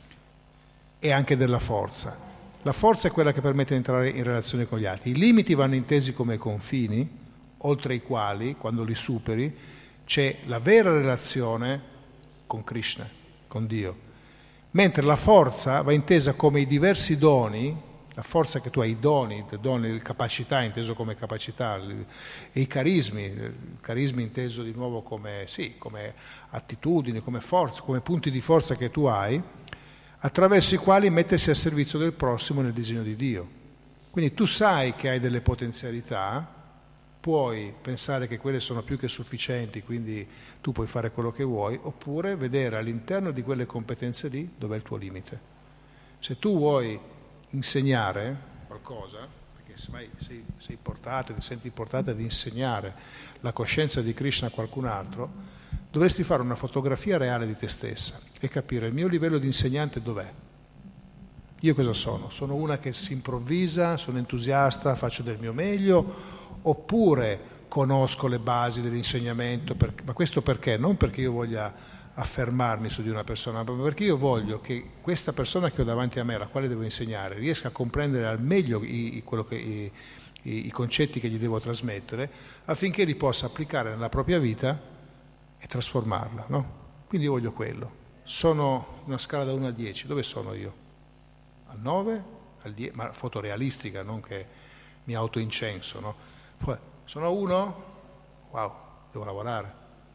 e anche della forza. La forza è quella che permette di entrare in relazione con gli altri. I limiti vanno intesi come confini, oltre i quali, quando li superi, c'è la vera relazione con Krishna, con Dio. Mentre la forza va intesa come i diversi doni, la forza che tu hai, i doni, i doni, le capacità inteso come capacità, e i carismi, i carismi inteso di nuovo come, sì, come attitudini, come forza, come punti di forza che tu hai, attraverso i quali mettersi al servizio del prossimo nel disegno di Dio. Quindi tu sai che hai delle potenzialità, puoi pensare che quelle sono più che sufficienti, quindi tu puoi fare quello che vuoi, oppure vedere all'interno di quelle competenze lì dov'è il tuo limite. Se tu vuoi insegnare qualcosa, perché semmai sei, sei portata, ti senti portata ad insegnare la coscienza di Krishna a qualcun altro, dovresti fare una fotografia reale di te stessa e capire il mio livello di insegnante dov'è. Io cosa sono? Sono una che si improvvisa, sono entusiasta, faccio del mio meglio, oppure conosco le basi dell'insegnamento, per, ma questo perché? Non perché io voglia affermarmi su di una persona, ma perché io voglio che questa persona che ho davanti a me, la quale devo insegnare, riesca a comprendere al meglio i, i, quello che, i, i, i concetti che gli devo trasmettere, affinché li possa applicare nella propria vita e trasformarla, no? Quindi io voglio quello. Sono una scala da uno a dieci, dove sono io? Al nove? Al dieci? Ma fotorealistica, non che mi autoincenso, no? Poi, sono a uno? Wow, devo lavorare.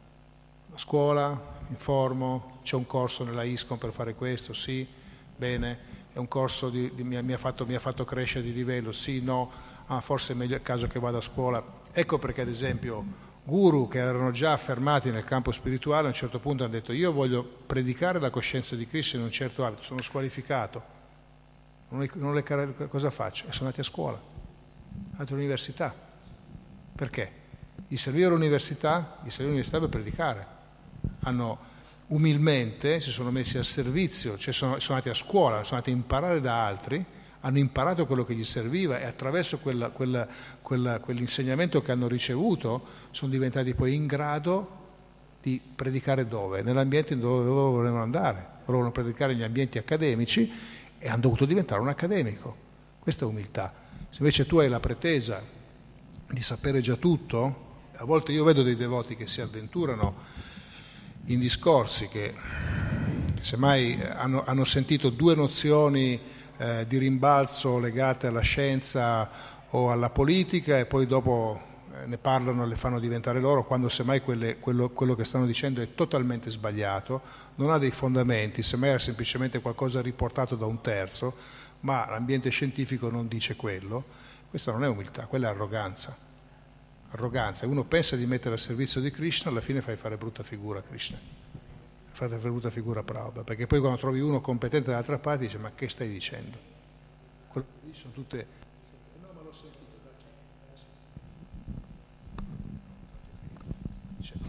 A scuola, informo, c'è un corso nella ISKCON per fare questo, sì, bene, è un corso di, di, mi, mi, ha fatto, mi ha fatto crescere di livello, sì, no, ah, forse è meglio il caso che vada a scuola. Ecco perché ad esempio guru che erano già affermati nel campo spirituale a un certo punto hanno detto io voglio predicare la coscienza di Krishna in un certo ambito, sono squalificato, non le, non le, cosa faccio? E sono andati a scuola, andati all'università. Perché? Gli serviva l'università, gli serviva l'università per predicare. Hanno umilmente, si sono messi al servizio, cioè sono, sono andati a scuola, sono andati a imparare da altri, hanno imparato quello che gli serviva e attraverso quella, quella, quella, quell'insegnamento che hanno ricevuto sono diventati poi in grado di predicare dove? Nell'ambiente dove loro volevano andare. Volevano predicare negli ambienti accademici e hanno dovuto diventare un accademico. Questa è umiltà. Se invece tu hai la pretesa di sapere già tutto, a volte io vedo dei devoti che si avventurano in discorsi che semmai hanno, hanno sentito due nozioni Eh, di rimbalzo legate alla scienza o alla politica e poi dopo eh, ne parlano e le fanno diventare loro, quando semmai quelle, quello, quello che stanno dicendo è totalmente sbagliato, non ha dei fondamenti, semmai è semplicemente qualcosa riportato da un terzo, ma l'ambiente scientifico non dice quello. Questa non è umiltà, quella è arroganza. Arroganza, uno pensa di mettere al servizio di Krishna, alla fine fai fare brutta figura a Krishna. Fate brutta figura a Prabhupada, perché poi quando trovi uno competente dall'altra parte dice ma che stai dicendo? Quello lì sono tutte no ma l'ho sentito da chi?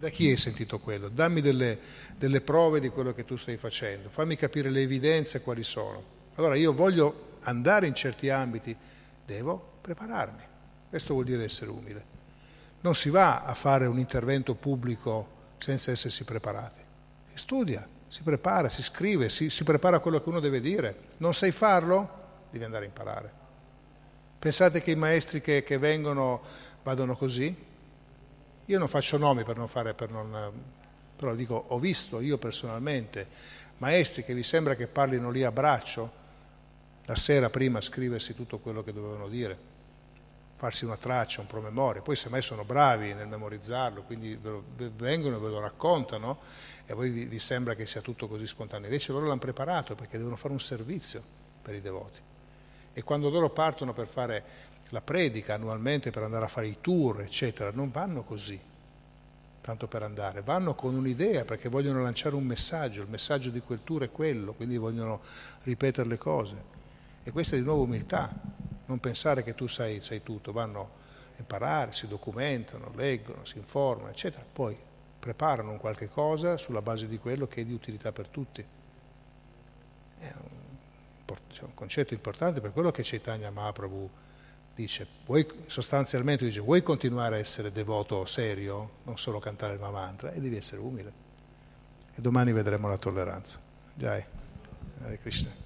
Da chi hai sentito quello? Dammi delle, delle prove di quello che tu stai facendo, fammi capire le evidenze quali sono. Allora io voglio andare in certi ambiti, devo prepararmi. Questo vuol dire essere umile. Non si va a fare un intervento pubblico senza essersi preparati. Si studia, si prepara, si scrive, si, si prepara quello che uno deve dire. Non sai farlo? Devi andare a imparare. Pensate che i maestri che, che vengono vadano così? Io non faccio nomi per non fare, per non, però dico, ho visto io personalmente maestri che vi sembra che parlino lì a braccio, la sera prima scriversi tutto quello che dovevano dire, farsi una traccia, un promemoria, poi semmai sono bravi nel memorizzarlo, quindi ve lo, vengono e ve lo raccontano e a voi vi, vi sembra che sia tutto così spontaneo, invece loro l'hanno preparato perché devono fare un servizio per i devoti. E quando loro partono per fare la predica annualmente, per andare a fare i tour, eccetera, non vanno così, tanto per andare, vanno con un'idea perché vogliono lanciare un messaggio, il messaggio di quel tour è quello, quindi vogliono ripetere le cose. E questa è di nuovo umiltà, non pensare che tu sai, sai tutto, vanno a imparare, si documentano, leggono, si informano, eccetera, poi preparano un qualche cosa sulla base di quello che è di utilità per tutti. È un, un concetto importante per quello che Chaitanya Mahaprabhu dice, vuoi, sostanzialmente dice, vuoi continuare a essere devoto serio, non solo cantare il Mahamantra, e devi essere umile. E domani vedremo la tolleranza. Jai, Hare Krishna.